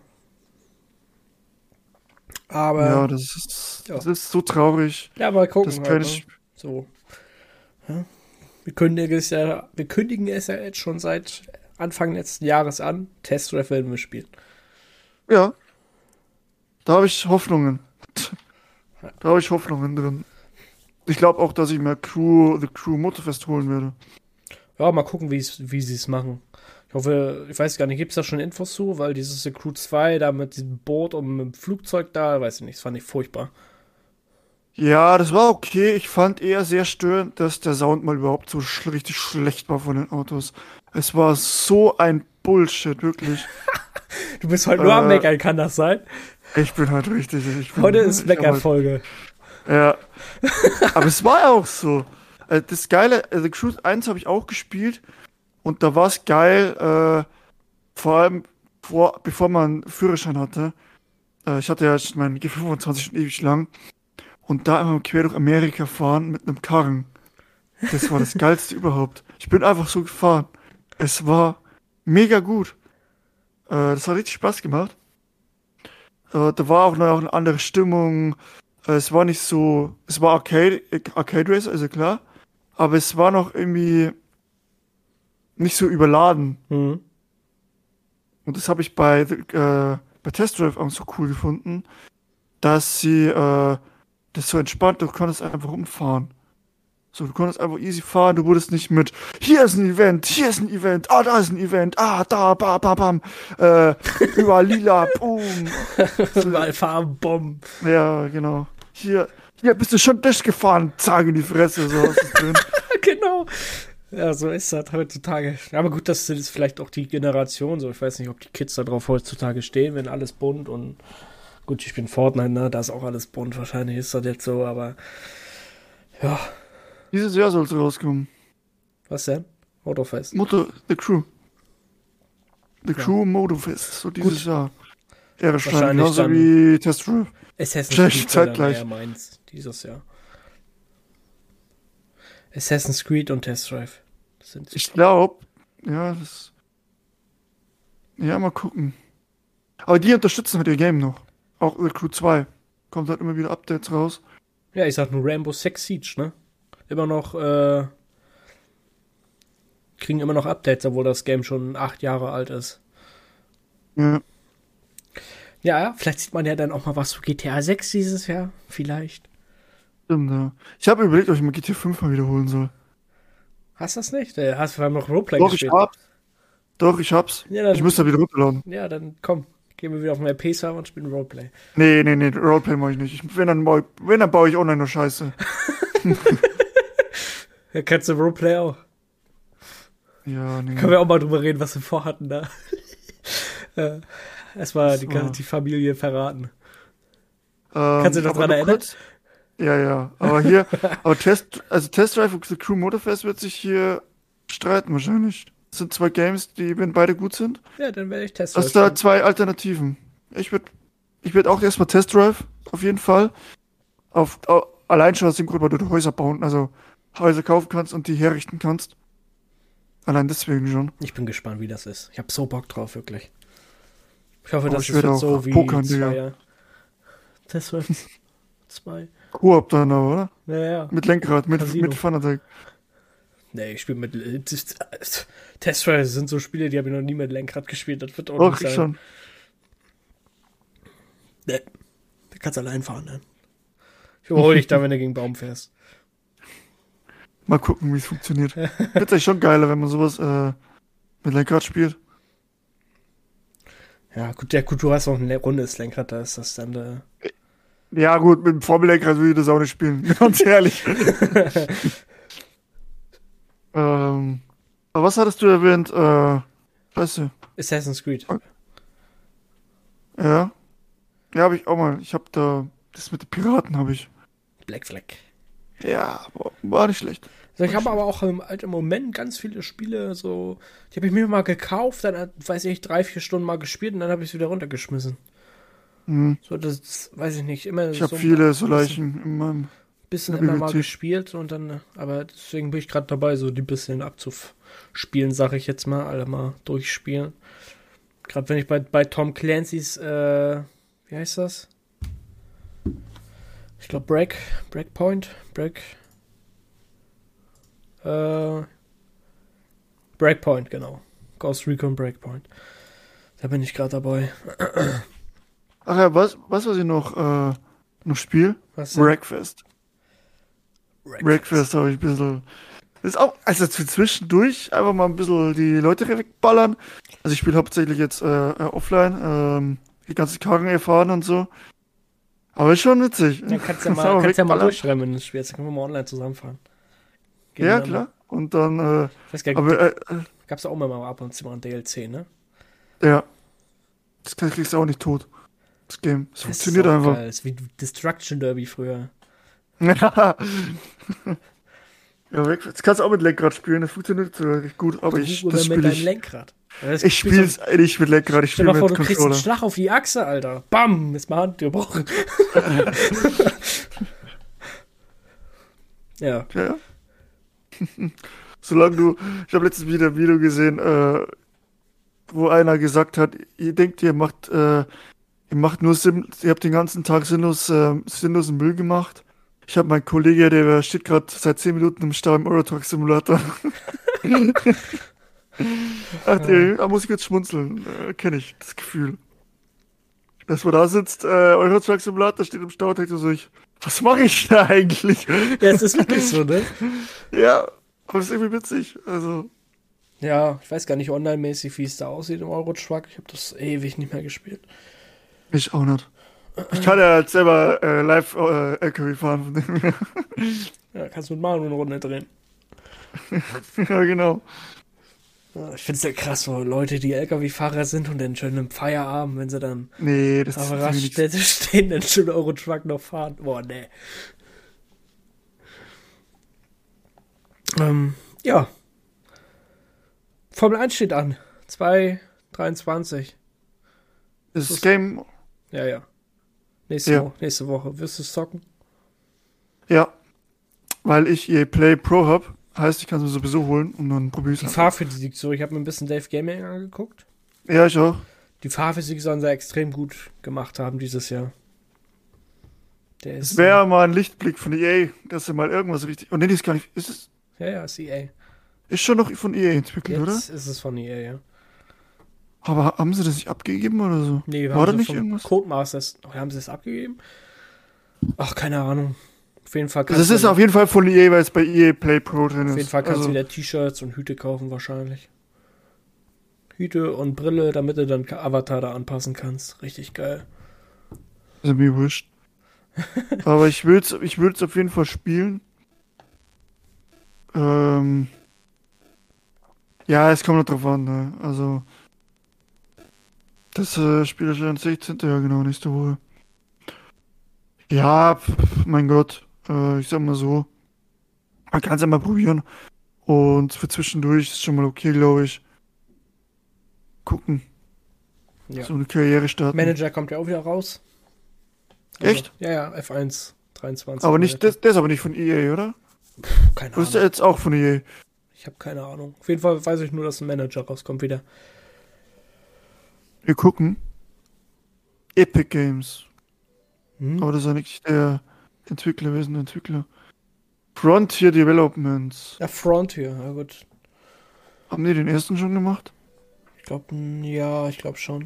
Aber, Ja, ja, das ist, Ja. das ist so traurig. mal gucken. Das Halt, keine ne? Sp- So. Ja. Wir kündigen es ja, wir kündigen es ja jetzt schon seit Anfang letzten Jahres an. Test oder werden wir spielen. Ja, da habe ich Hoffnungen. Da habe ich Hoffnungen drin. Ich glaube auch, dass ich mir Crew, The Crew Motorfest holen werde. Ja, mal gucken, wie's, wie sie es machen. Ich hoffe, ich weiß gar nicht, gibt es da schon Infos zu? Weil dieses The Crew zwei da mit diesem Boot und mit dem Flugzeug da, weiß ich nicht, das fand ich furchtbar. Ja, das war okay. Ich fand eher sehr störend, dass der Sound mal überhaupt so sch richtig schlecht war von den Autos. Es war so ein Bullshit, wirklich. Du bist heute nur Äh, am Meckern, kann das sein? Ich bin halt richtig. Ich bin, Heute ist ich hab Meckerfolge. halt, ja. Aber es war ja auch so. Äh, Das Geile, also Crew eins habe ich auch gespielt und da war es geil, äh, vor allem vor, bevor man einen Führerschein hatte. Äh, ich hatte ja schon meinen G fünfundzwanzig schon ewig lang und da einmal quer durch Amerika fahren mit einem Karren. Das war das Geilste überhaupt. Ich bin einfach so gefahren. Es war mega gut. Äh, das hat richtig Spaß gemacht. Äh, da war auch noch eine andere Stimmung. Äh, es war nicht so, es war Arcade, äh, Arcade Racer, also klar. Aber es war noch irgendwie nicht so überladen. Mhm. Und das habe ich bei, äh, bei Test Drive auch so cool gefunden, dass sie äh, das so entspannt, du konntest einfach umfahren. So, du konntest einfach easy fahren, du wurdest nicht mit, hier ist ein Event, hier ist ein Event, ah, da ist ein Event, ah, da, bam, bam, bam, äh, überall lila, boom. Überall Farbenbomben. Ja, genau. Hier, hier bist du schon durchgefahren, zack in die Fresse, so was ist drin. Genau. Ja, so ist das heutzutage. Aber gut, das ist vielleicht auch die Generation so. Ich weiß nicht, ob die Kids da drauf heutzutage stehen, wenn alles bunt und gut, ich bin Fortnite, ne, da ist auch alles bunt. Wahrscheinlich ist das jetzt so, aber ja. Dieses Jahr soll es rauskommen. Was denn? Autofest. Moto, The Crew. The Ja. Crew Motofest, so dieses Gut. Jahr. Ehre stein, Wahrscheinlich genauso dann- wie Test Drive. Assassin's Wahrscheinlich Creed wäre dann zeitgleich. eher meins dieses Jahr. Assassin's Creed und Test Drive. Das sind Ich glaube, ja, das. Ja, mal gucken. Aber die unterstützen halt ihr Game noch. Auch The Crew zwei. Kommt halt immer wieder Updates raus. ja, ich sag nur Rainbow Six Siege, ne? Immer noch, äh, kriegen immer noch Updates, obwohl das Game schon acht Jahre alt ist. Ja. Ja, ja, vielleicht sieht man ja dann auch mal was zu G T A sechs dieses Jahr. Vielleicht. Stimmt, ja. Ich habe überlegt, ob ich mal G T A fünf mal wiederholen soll. Hast du das nicht? Du hast vor allem noch Roleplay Doch, ich gespielt. hab's. Doch, ich hab's. Ja, dann, Ich müsste da wieder runterladen. ja, dann komm. Gehen wir wieder auf den R P-Server und spielen Roleplay. Nee, nee, nee, Roleplay mache ich nicht. Ich, wenn, dann, baue ich- wenn, dann baue ich online nur Scheiße. Ja, kannst du Roleplay auch. Ja, nee. Können wir auch mal drüber reden, was wir vorhatten da. äh, erstmal die, Das war- die Familie verraten. Ähm, Kannst du dich noch aber dran nur erinnern? kurz- Ja, ja. Aber hier, aber Test, also Test Drive und The Crew Motorfest wird sich hier streiten wahrscheinlich. Das sind zwei Games, die, wenn beide gut sind. Ja, dann werde ich Test Das Drive sind da spielen. zwei Alternativen. Ich würde ich würd auch erstmal Test Drive, auf jeden Fall. Auf, au- allein schon aus dem Grund, weil du Häuser bauen, also Häuser kaufen kannst und die herrichten kannst. Allein deswegen schon. Ich bin gespannt, wie das ist. Ich habe so Bock drauf, wirklich. Ich hoffe, Oh, dass ich es werde wird auch so wie pokern, zwei Digga. Jahre. Test Drive zwei. Koop dann aber, oder? Ja, ja. Mit Lenkrad, mit, Casino. mit Fanatec. Nee, ich spiele mit. äh, das- das- Test Drive sind so Spiele, die habe ich noch nie mit Lenkrad gespielt. Das wird auch Doch, nicht ich sein. schon. Nee. Da kannst du allein fahren, ne? Ich überhole dich da, wenn du gegen Baum fährst. Mal gucken, wie es funktioniert. Wird eigentlich schon geiler, wenn man sowas äh, mit Lenkrad spielt. Ja, gut, ja, gut, du hast noch ein rundes Lenkrad, da ist das dann der. Ja, gut, mit dem Formel-Lenkrad würde ich das auch nicht spielen. Ganz ehrlich. ähm, aber was hattest du erwähnt? Äh, Scheiße. Assassin's Creed. Ja. Ja, habe ich auch mal. Ich habe da. Das mit den Piraten habe ich. Black Flag. Ja, war, war nicht schlecht. So, ich habe aber auch im, halt im Moment ganz viele Spiele, so, die habe ich mir mal gekauft, dann, hat, weiß ich, drei, vier Stunden mal gespielt und dann habe ich es wieder runtergeschmissen. Hm. So, das, weiß ich nicht, immer Ich habe so viele so ein bisschen, Leichen in meinem. bisschen in der immer mal Bibliothek. gespielt und dann, aber deswegen bin ich gerade dabei, so die bisschen abzuspielen, sage ich jetzt mal, alle mal durchspielen. Gerade wenn ich bei, bei Tom Clancy's, äh, wie heißt das? Ich glaube Break, Breakpoint, Break, äh, Breakpoint, genau. Ghost Recon Breakpoint. Da bin ich gerade dabei. Ach ja, was, was, was ich noch, äh, noch spiele? Was denn? Breakfast. Breakfast habe ich ein bisschen. Das ist auch, also für zwischendurch einfach mal ein bisschen die Leute wegballern. Also ich spiele hauptsächlich jetzt äh, äh, offline, ähm, die ganzen Karren erfahren und so. Aber ist schon witzig. Dann kannst du ja Kannst mal, einfach kannst ja mal wegballern. durchschreiben, wenn du spielst. Dann können wir mal online zusammenfahren. Ja, Gegeneinander. klar. Und dann, äh, Ich weiß gar nicht, aber äh, äh, Gab's auch immer mal ab und zu mal ein D L C, ne? Ja. Das kriegst du auch nicht tot. Das Game. Das, Das funktioniert ist auch einfach. geil. Das ist wie Destruction Derby früher. Ja. Ja, weg. Das kannst du auch mit Lenkrad spielen, das funktioniert so recht gut, aber ich, Hugo das mit spiele deinem ich, Lenkrad. Ja, das ich spielst spiele es nicht mit Lenkrad, ich Stell spiele dir mal vor, mit du kriegst einen Controller. Schlag auf die Achse, Alter. Bam, ist meine Hand gebrochen. Ja. Ja. Solange du, ich habe letztens wieder ein Video gesehen, äh, wo einer gesagt hat, ihr denkt, ihr macht, äh, ihr macht nur Sim, ihr habt den ganzen Tag sinnlos, äh, sinnlosen Müll gemacht. Ich habe meinen Kollege, der steht gerade seit zehn Minuten im Stau im Eurotruck Simulator. Ach, Ja. da muss ich jetzt schmunzeln. Äh, Kenne ich, das Gefühl. Dass man da sitzt, äh, Eurotruck Simulator steht im Stau, denkt so, ich, was mache ich da eigentlich? Ja, es ist wirklich so, ne? Ja, aber das ist irgendwie witzig. Also, Ja, ich weiß gar nicht online-mäßig, wie es da aussieht im Eurotruck. Ich habe das ewig nicht mehr gespielt. ich auch nicht. Ich kann ja halt selber äh, live äh, L K W fahren, von dem her. Ja, kannst mit Mario eine Runde drehen. Ja, genau. Ja, ich finde es ja krass, so Leute, die L K W-Fahrer sind und dann schön im Feierabend, wenn sie dann Nee, das auf ist der irgendwie nichts. Raststätte stehen, dann schön Eurotruck noch fahren. Boah, nee. Ähm, ja. Formel eins steht an. zwei dreiundzwanzig. Das Game, Ja, ja. Nächste, Ja. Wo nächste Woche. Wirst du es zocken? ja, weil ich E A Play Pro hab, heißt, ich kann es mir sowieso holen und dann probiere ich Die es. Fahrphysik so. Ich habe mir ein bisschen Dave Gaming angeguckt. Ja, ich auch. Die Fahrphysik sollen sie extrem gut gemacht haben dieses Jahr. Der Es ist. wäre mal ein Lichtblick von E A, dass sie mal irgendwas richtig. Und nee, die ist gar nicht. Ist es. Ja, ja, ist E A. Ist schon noch von E A entwickelt, oder? Jetzt ist es von E A, ja. Aber ha- haben sie das nicht abgegeben oder so? Nee, War haben da sie nicht von irgendwas? Codemasters. Oh, haben sie es abgegeben? Ach, keine Ahnung. Auf jeden Fall Also kannst es ist du, auf jeden Fall von E A, weil es bei E A Play Pro drin ist. auf jeden Fall kannst du also, wieder T-Shirts und Hüte kaufen wahrscheinlich. Hüte und Brille, damit du dann Avatar da anpassen kannst. Richtig geil. ist mir wurscht. Aber ich will's, ich will's auf jeden Fall spielen. Ähm, ja, es kommt noch drauf an, ne? Also, das äh, Spiel erscheint sechzehnten Ja, genau, nächste Woche. Ja, pf, mein Gott. Äh, ich sag mal so. Man kann es ja mal probieren. Und für zwischendurch ist schon mal okay, glaube ich. Gucken. Ja. So eine Karriere starten. Manager kommt ja auch wieder raus. Echt? Ja, ja, F eins dreiundzwanzig. Aber nicht, Manager. das, der ist aber nicht von E A, oder? Keine Oder ist der Ahnung. jetzt auch von E A? Ich habe keine Ahnung. Auf jeden Fall weiß ich nur, dass ein Manager rauskommt wieder. Wir gucken. Epic Games. Hm? Aber das ist ja nicht der Entwickler, wer ist denn der Entwickler? Frontier Developments. Ja, Frontier, ja gut. Haben die den ersten schon gemacht? Ich glaube, ja, ich glaube schon.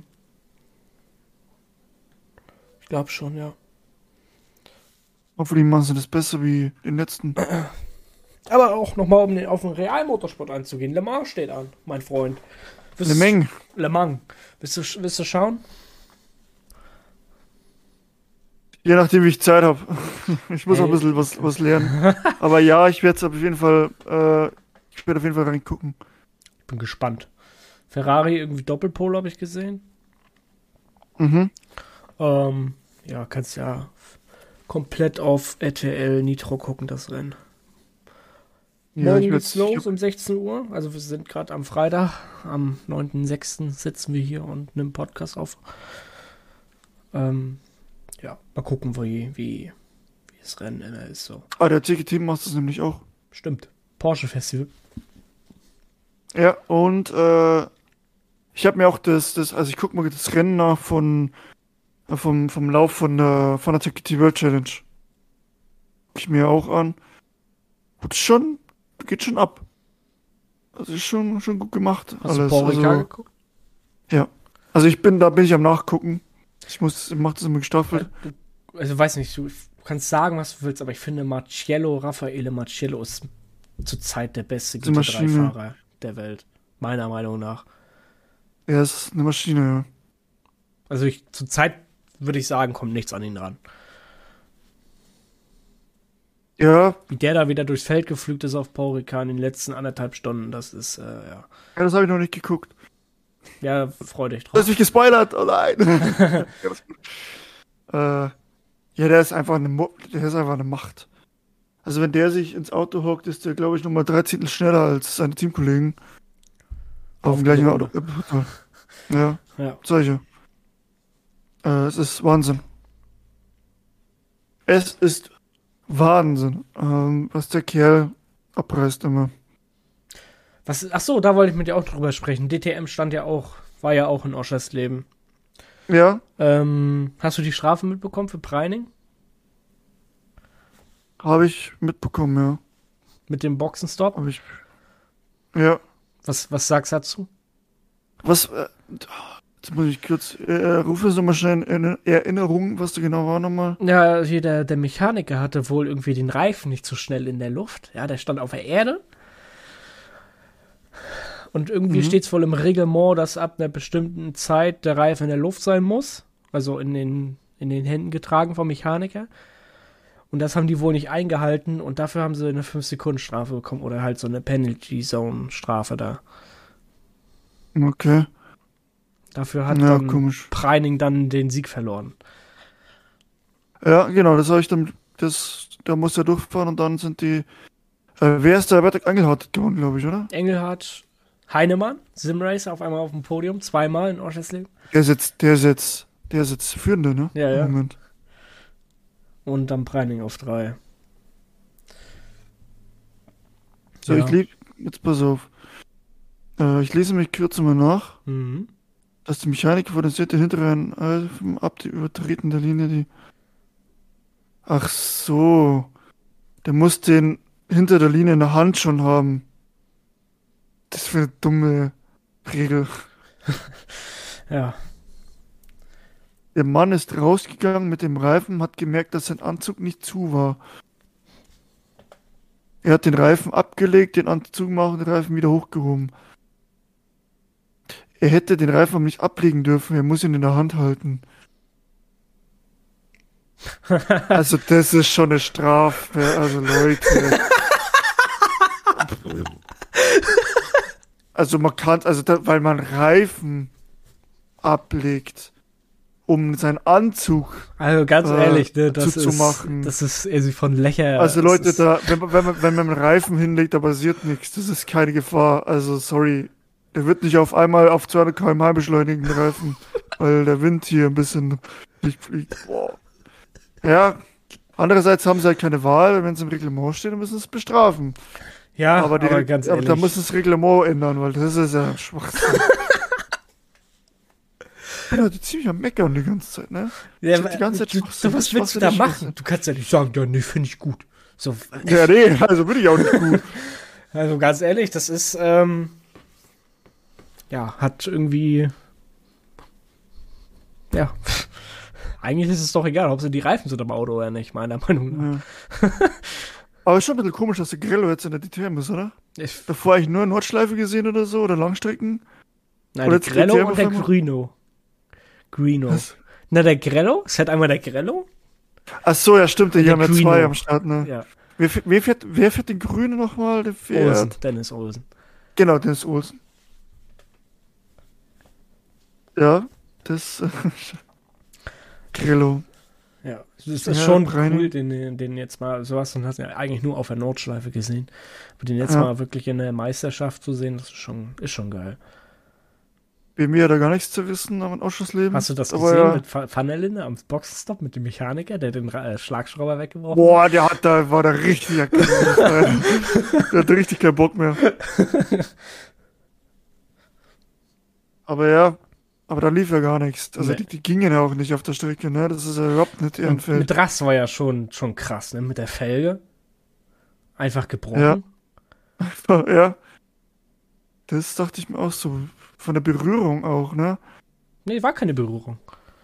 Ich glaube schon, ja. Hoffentlich machen sie das besser wie den letzten. Aber auch nochmal, um den, auf den Realmotorsport einzugehen. Le Mans steht an, mein Freund. Willst Eine du- Menge. Le Mans. Willst du, willst du schauen? Je nachdem, wie ich Zeit habe. Ich muss auch ein Hey. bisschen was, was lernen. Aber ja, ich werde es auf jeden Fall, äh, ich werde auf jeden Fall reingucken. Ich bin gespannt. Ferrari irgendwie Doppelpole habe ich gesehen. Mhm. Ähm, ja, kannst ja komplett auf R T L Nitro gucken, das Rennen. Ja, Morgen ich geht's werde los um sechzehn Uhr. Also wir sind gerade am Freitag, am neunten sechsten sitzen wir hier und nehmen Podcast auf. Ähm, ja, mal gucken, wie, wie, wie das Rennen immer ist. So. Ah, der T G T macht das nämlich auch. Stimmt. Porsche Festival. Ja, und äh, ich habe mir auch das, das, also ich gucke mal das Rennen nach von äh, vom, vom Lauf von der von der T G T World Challenge. Guck ich mir auch an. Und schon, geht schon ab. Also ist schon, schon gut gemacht. Hast alles. du Paul Ricard Also, geguckt? ja. Also ich bin, da bin ich am Nachgucken. Ich muss, ich mach das immer gestaffelt. Du, also weiß nicht, du kannst sagen, was du willst, aber ich finde Marcello, Raffaele Marcello ist zurzeit der beste Die G T Maschine. drei Fahrer der Welt. Meiner Meinung nach. Ja, es ist eine Maschine, ja. Also ich, zurzeit würde ich sagen, kommt nichts an ihn ran. Ja, Wie der da wieder durchs Feld geflügt ist auf Paul Ricard in den letzten anderthalb Stunden, das ist, äh, ja. ja, das habe ich noch nicht geguckt. Ja, freu dich Du hast drauf. mich gespoilert, oh nein. Ja, das ist gut. Äh, ja, der ist einfach eine, Mo der ist einfach eine Macht. Also wenn der sich ins Auto hockt, ist der, glaube ich, nochmal drei Zehntel schneller als seine Teamkollegen. Auf Auf dem gleichen Runde. Auto. Ja, Ja. solche. Äh, es ist Wahnsinn. Es ist Wahnsinn, ähm, was der Kerl abreißt immer. Was, ach so, da wollte ich mit dir auch drüber sprechen. D T M stand ja auch, war ja auch in Oschersleben. Ja, Ähm, hast du die Strafe mitbekommen für Preining? habe ich mitbekommen, ja. Mit dem Boxenstopp? Habe ich. Ja. Was, was sagst du dazu? Was, äh, jetzt muss ich kurz, äh, ruf es nochmal schnell in Erinnerung, was da genau war nochmal. Ja, hier der, der Mechaniker hatte wohl irgendwie den Reifen nicht so schnell in der Luft. Ja, der stand auf der Erde. Und irgendwie Mhm. steht es wohl im Reglement, dass ab einer bestimmten Zeit der Reifen in der Luft sein muss. Also in den, in den Händen getragen vom Mechaniker. Und das haben die wohl nicht eingehalten. Und dafür haben sie eine fünf Sekunden Strafe bekommen. Oder halt so eine Penalty-Zone-Strafe da. Okay. Dafür hat Ja, dann komisch. Preining dann den Sieg verloren. Ja, genau, das habe ich dann, das, da muss er durchfahren und dann sind die, äh, wer ist der Bertek Engelhardt gewonnen, glaube ich, oder? Engelhardt, Heinemann, Simracer auf einmal auf dem Podium, zweimal in Oschersleben. Der ist jetzt, der ist jetzt, der ist jetzt Führende, ne? Ja, ja. Im Moment. Und dann Preining auf drei. So, Ja. ich lieb, jetzt pass auf. Äh, ich lese mich kurz mal nach, Mhm. dass die Mechaniker von den den hinteren Reifen ab die Übertreten der Linie, die. Ach so. Der muss den hinter der Linie in der Hand schon haben. Das ist für eine dumme Regel. Ja. Der Mann ist rausgegangen mit dem Reifen, hat gemerkt, dass sein Anzug nicht zu war. Er hat den Reifen abgelegt, den Anzug gemacht und den Reifen wieder hochgehoben. Er hätte den Reifen aber nicht ablegen dürfen, er muss ihn in der Hand halten. Also das ist schon eine Strafe, also Leute. Also man kann, also da, weil man Reifen ablegt, um seinen Anzug. Also ganz Äh, ehrlich, ne, das zuzumachen. ist, das ist also von Lächer. Also das Leute, ist, da, wenn, man- wenn, man, wenn man einen Reifen hinlegt, da passiert nichts. Das ist keine Gefahr. Also sorry, der wird nicht auf einmal auf zweihundert Kilometer pro Stunde beschleunigen, den Reifen, weil der Wind hier ein bisschen fliegt, fliegt. Boah. Ja, andererseits haben sie halt keine Wahl. Wenn es im Reglement steht, dann müssen sie es bestrafen. ja, aber, aber, die, ganz aber ehrlich. da muss das Reglement ändern, weil das ist ja Schwachsinn. Ich bin heute ziemlich am Meckern die ganze Zeit, ne? ja, hab die ganze Zeit du, Schwachsinn, du, was das willst du da Schwachsinn, machen? Schwachsinn. Du kannst ja nicht sagen, ja, nee, finde ich gut. So, Ja, nee, also bin ich auch nicht gut. also ganz ehrlich, das ist, ähm, ja, hat irgendwie, ja, eigentlich ist es doch egal, ob sie die Reifen sind am Auto oder nicht, meiner Meinung nach. Ja. Aber ist schon ein bisschen komisch, dass der Grillo jetzt in der D T M ist, oder? Ich, Davor eigentlich nur Nordschleife gesehen oder so, oder Langstrecken. nein, Oder der jetzt Grello D T M und auf der einmal? Greeno. Greeno. Was? Na, der Grello? Es hat einmal der Grello. Ach so, ja, stimmt, die Der haben ja Greeno. zwei am Start, ne? Ja, Wer, fährt- wer, fährt, wer fährt den Grünen nochmal? Der fährt. Olsen, Dennis Olsen. Genau, Dennis Olsen. Ja, das. Äh, Grillo. Ja, es ist, ist Ja, schon Preining. cool, den, den den jetzt mal, sowas und hast du ja eigentlich nur auf der Nordschleife gesehen. Aber den jetzt Ja. mal wirklich in der Meisterschaft zu sehen, das ist schon, ist schon geil. Bei mir hat er gar nichts zu wissen am Ausschussleben. Hast du das Aber gesehen ja. mit Van Van der Linde am Boxenstopp mit dem Mechaniker, der den Ra- äh, Schlagschrauber weggeworfen Boah, der hat da, war da richtig aggressiv. Der hat richtig keinen Bock mehr. Aber ja, aber da lief ja gar nichts. Also Nee. die, die gingen ja auch nicht auf der Strecke, ne? Das ist ja überhaupt nicht Und Ehrenfeld. mit Rass war ja schon, schon krass, ne? Mit der Felge. Einfach gebrochen. Ja. Ja. Das dachte ich mir auch so. Von der Berührung auch, ne? Nee, war keine Berührung.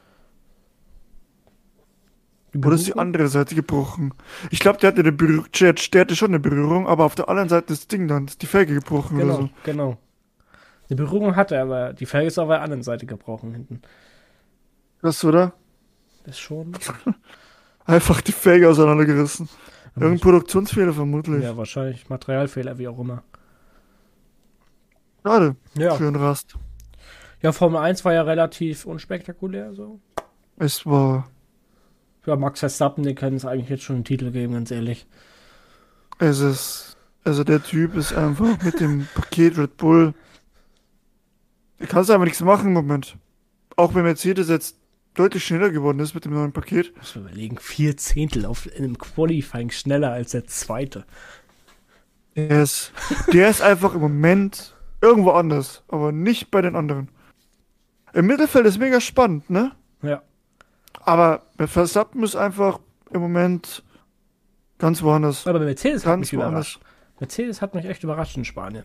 Die Oder ist die Berührung? andere Seite gebrochen? Ich glaube, der hatte eine Berührung, der, der hatte schon eine Berührung, aber auf der anderen Seite das Ding dann, ist die Felge gebrochen Genau, oder so. genau. Die Berührung hatte er, aber die Felge ist auf der anderen Seite gebrochen hinten. Krass, oder? Das ist schon. Einfach die Felge auseinandergerissen. Irgendein Produktionsfehler vermutlich. Ja, wahrscheinlich. Materialfehler, wie auch immer. Schade. Ja. Für den Rast. Ja, Formel eins war ja relativ unspektakulär, so. Es war. Ja, Max Verstappen, den können es eigentlich jetzt schon einen Titel geben, ganz ehrlich. Es ist. Also der Typ ist einfach mit dem Paket Red Bull. Da kannst du einfach nichts machen im Moment. Auch wenn Mercedes jetzt deutlich schneller geworden ist mit dem neuen Paket. Muss man überlegen, vier Zehntel auf, in einem Qualifying schneller als der zweite. Der ist, der ist einfach im Moment irgendwo anders, aber nicht bei den anderen. Im Mittelfeld ist mega spannend, ne? Ja. Aber bei Verstappen ist einfach im Moment ganz woanders. Aber Mercedes hat Ganz mich woanders. überrascht. Mercedes hat mich echt überrascht in Spanien.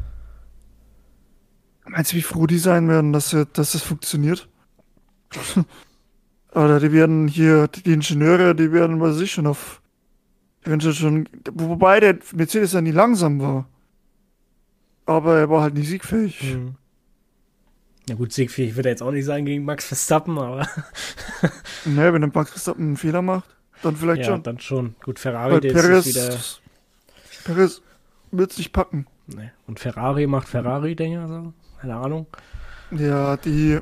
Meinst du, wie froh die sein werden, dass, sie- dass das funktioniert? Oder die werden hier, die Ingenieure, die werden bei sich schon auf. Die werden schon. Wobei der Mercedes ja nie langsam war. Aber er war halt nicht siegfähig. Hm. Na gut, siegfähig wird er jetzt auch nicht sein gegen Max Verstappen, aber Ne, wenn der Max Verstappen einen Fehler macht, dann vielleicht ja, schon. dann schon. Gut, Ferrari, Weil der Perez, ist wieder. Perez wird's nicht packen. Ne. Und Ferrari macht Ferrari-Dinge, also. Keine Ahnung. Ja, die.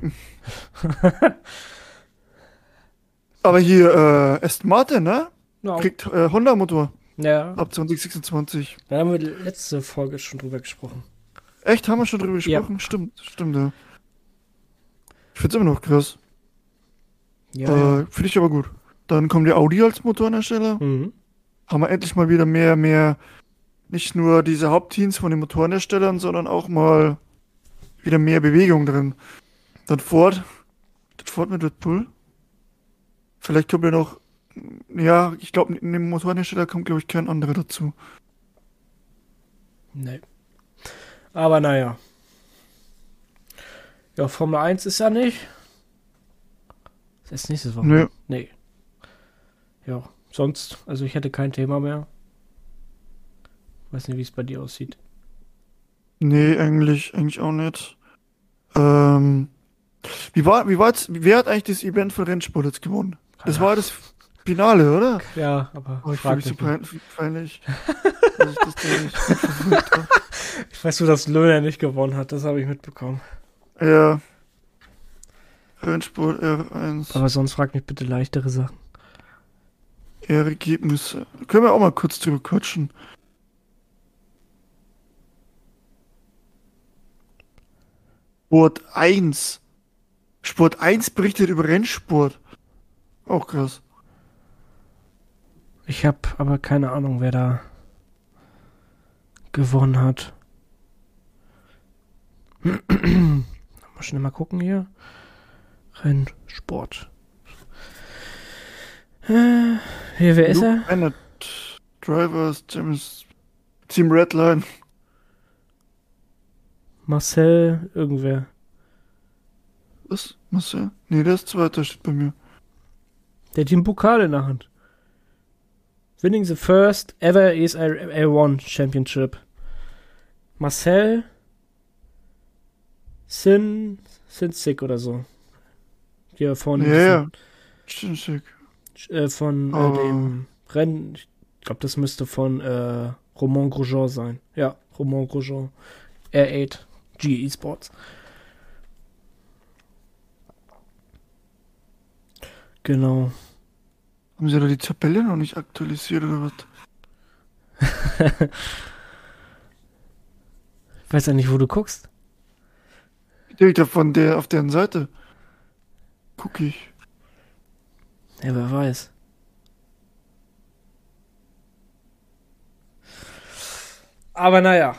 Aber hier, äh, Aston Martin, ne? Ja, Kriegt äh, Honda-Motor ja, ab zwanzig sechsundzwanzig. da haben wir letzte Folge schon drüber gesprochen. Echt, haben wir schon drüber Ja. gesprochen? Stimmt, stimmt, ja. Ich find's immer noch krass. Ja, Äh, Finde ich aber gut. Dann kommt die Audi als Motorenhersteller. ja. Mhm. Haben wir endlich mal wieder mehr, mehr, nicht nur diese Hauptteams von den Motorenherstellern, sondern auch mal wieder mehr Bewegung drin. Dann Ford. Ford mit Red Bull. Vielleicht kommt ja noch, ja, ich glaube, in dem Motorenhersteller kommt, glaube ich, kein anderer dazu. Nee. Aber naja. Ja, Formel eins ist ja nicht. Das ist nächstes Wochenende. Nö. Nee. Ja, sonst, also ich hätte kein Thema mehr. Weiß nicht, wie es bei dir aussieht. Nee, eigentlich, eigentlich auch nicht. Ähm, wie war, wie war jetzt, wer hat eigentlich das Event für Rennsport jetzt gewonnen? Das war das Finale, oder? Ja, aber Oh, ich frag fühle mich so mich nicht. pein peinlich, dass ich das da nicht verfolgt habe. Ich weiß nur, dass Löhner nicht gewonnen hat, das habe ich mitbekommen. Ja. Rennsport R eins. Aber sonst frag mich bitte leichtere Sachen. Ergebnisse. Können wir auch mal kurz drüber quatschen. Sport eins. Sport eins berichtet über Rennsport. Auch krass. Ich habe aber keine Ahnung, wer da gewonnen hat. Mal schnell mal gucken hier. Rennsport. Äh, hier, wer ist Luke er? Bennett, Drivers, James, Team Redline. Marcel, irgendwer. Was? Marcel? Nee, der ist Zweiter, steht bei mir. Der hat den Pokal in der Hand. Winning the first ever E S L one Championship. Marcel Sin Sinzik oder so. Hier von Ja, ja. Stimmt, schick. äh, von äh, Aber- dem Rennen. Ich glaube, das müsste von äh, Romain Grosjean sein. Ja, Romain Grosjean. R acht G E Sports. Genau. Haben sie da die Tabelle noch nicht aktualisiert oder was? Ich weiß ja nicht, wo du guckst. Direkt von der, auf deren Seite. Guck ich. Ja, wer weiß. Aber naja.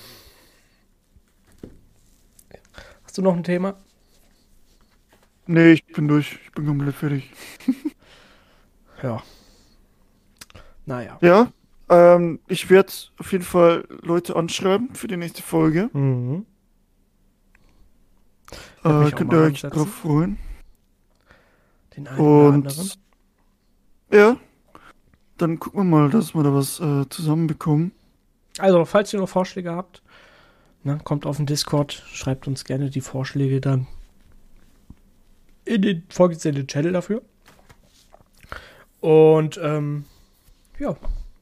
Hast du noch ein Thema? Nee, ich bin durch. Ich bin komplett fertig. Ja. Naja. Ja, ähm, ich werde auf jeden Fall Leute anschreiben für die nächste Folge. Mhm. Werd mich Äh, auch könnt mal ihr euch ransetzen. drauf freuen. Den einen oder anderen. Und ja, dann gucken wir mal, dass wir da was äh, zusammenbekommen. Also, falls ihr noch Vorschläge habt, ne, kommt auf den Discord, schreibt uns gerne die Vorschläge dann in den vorgesehenen Channel dafür. Und, ähm, ja,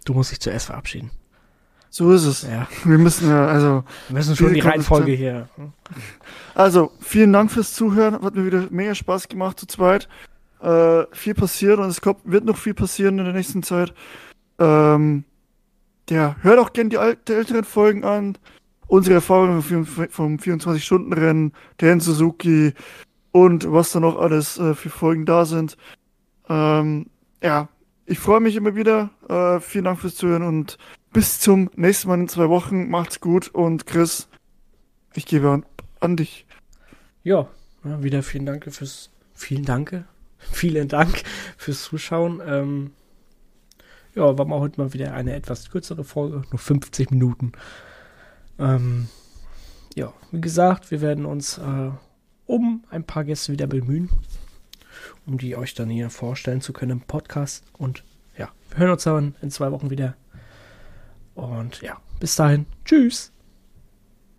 Du musst dich zuerst verabschieden. So ist es. Ja. Wir müssen ja, also. Wir müssen schon die Reihenfolge hier. Also, vielen Dank fürs Zuhören. Hat mir wieder mega Spaß gemacht zu zweit. Äh, viel passiert und es kommt, wird noch viel passieren in der nächsten Zeit. Ähm, ja, hört auch gerne die, al- die älteren Folgen an. Unsere Erfahrungen vom, vom vierundzwanzig-Stunden-Rennen, der Suzuki und was da noch alles äh, für Folgen da sind. Ähm, ja, ich freue mich immer wieder. Äh, vielen Dank fürs Zuhören und bis zum nächsten Mal in zwei Wochen. Macht's gut und Chris, ich gebe an, an dich. Ja, ja, wieder vielen Dank fürs, vielen Dank, vielen Dank fürs Zuschauen. Ähm, ja, war mal heute mal wieder eine etwas kürzere Folge, nur fünfzig Minuten. Ähm, ja, wie gesagt, wir werden uns äh, um ein paar Gäste wieder bemühen, um die euch dann hier vorstellen zu können im Podcast. Und ja, wir hören uns dann in zwei Wochen wieder. Und ja, bis dahin. Tschüss.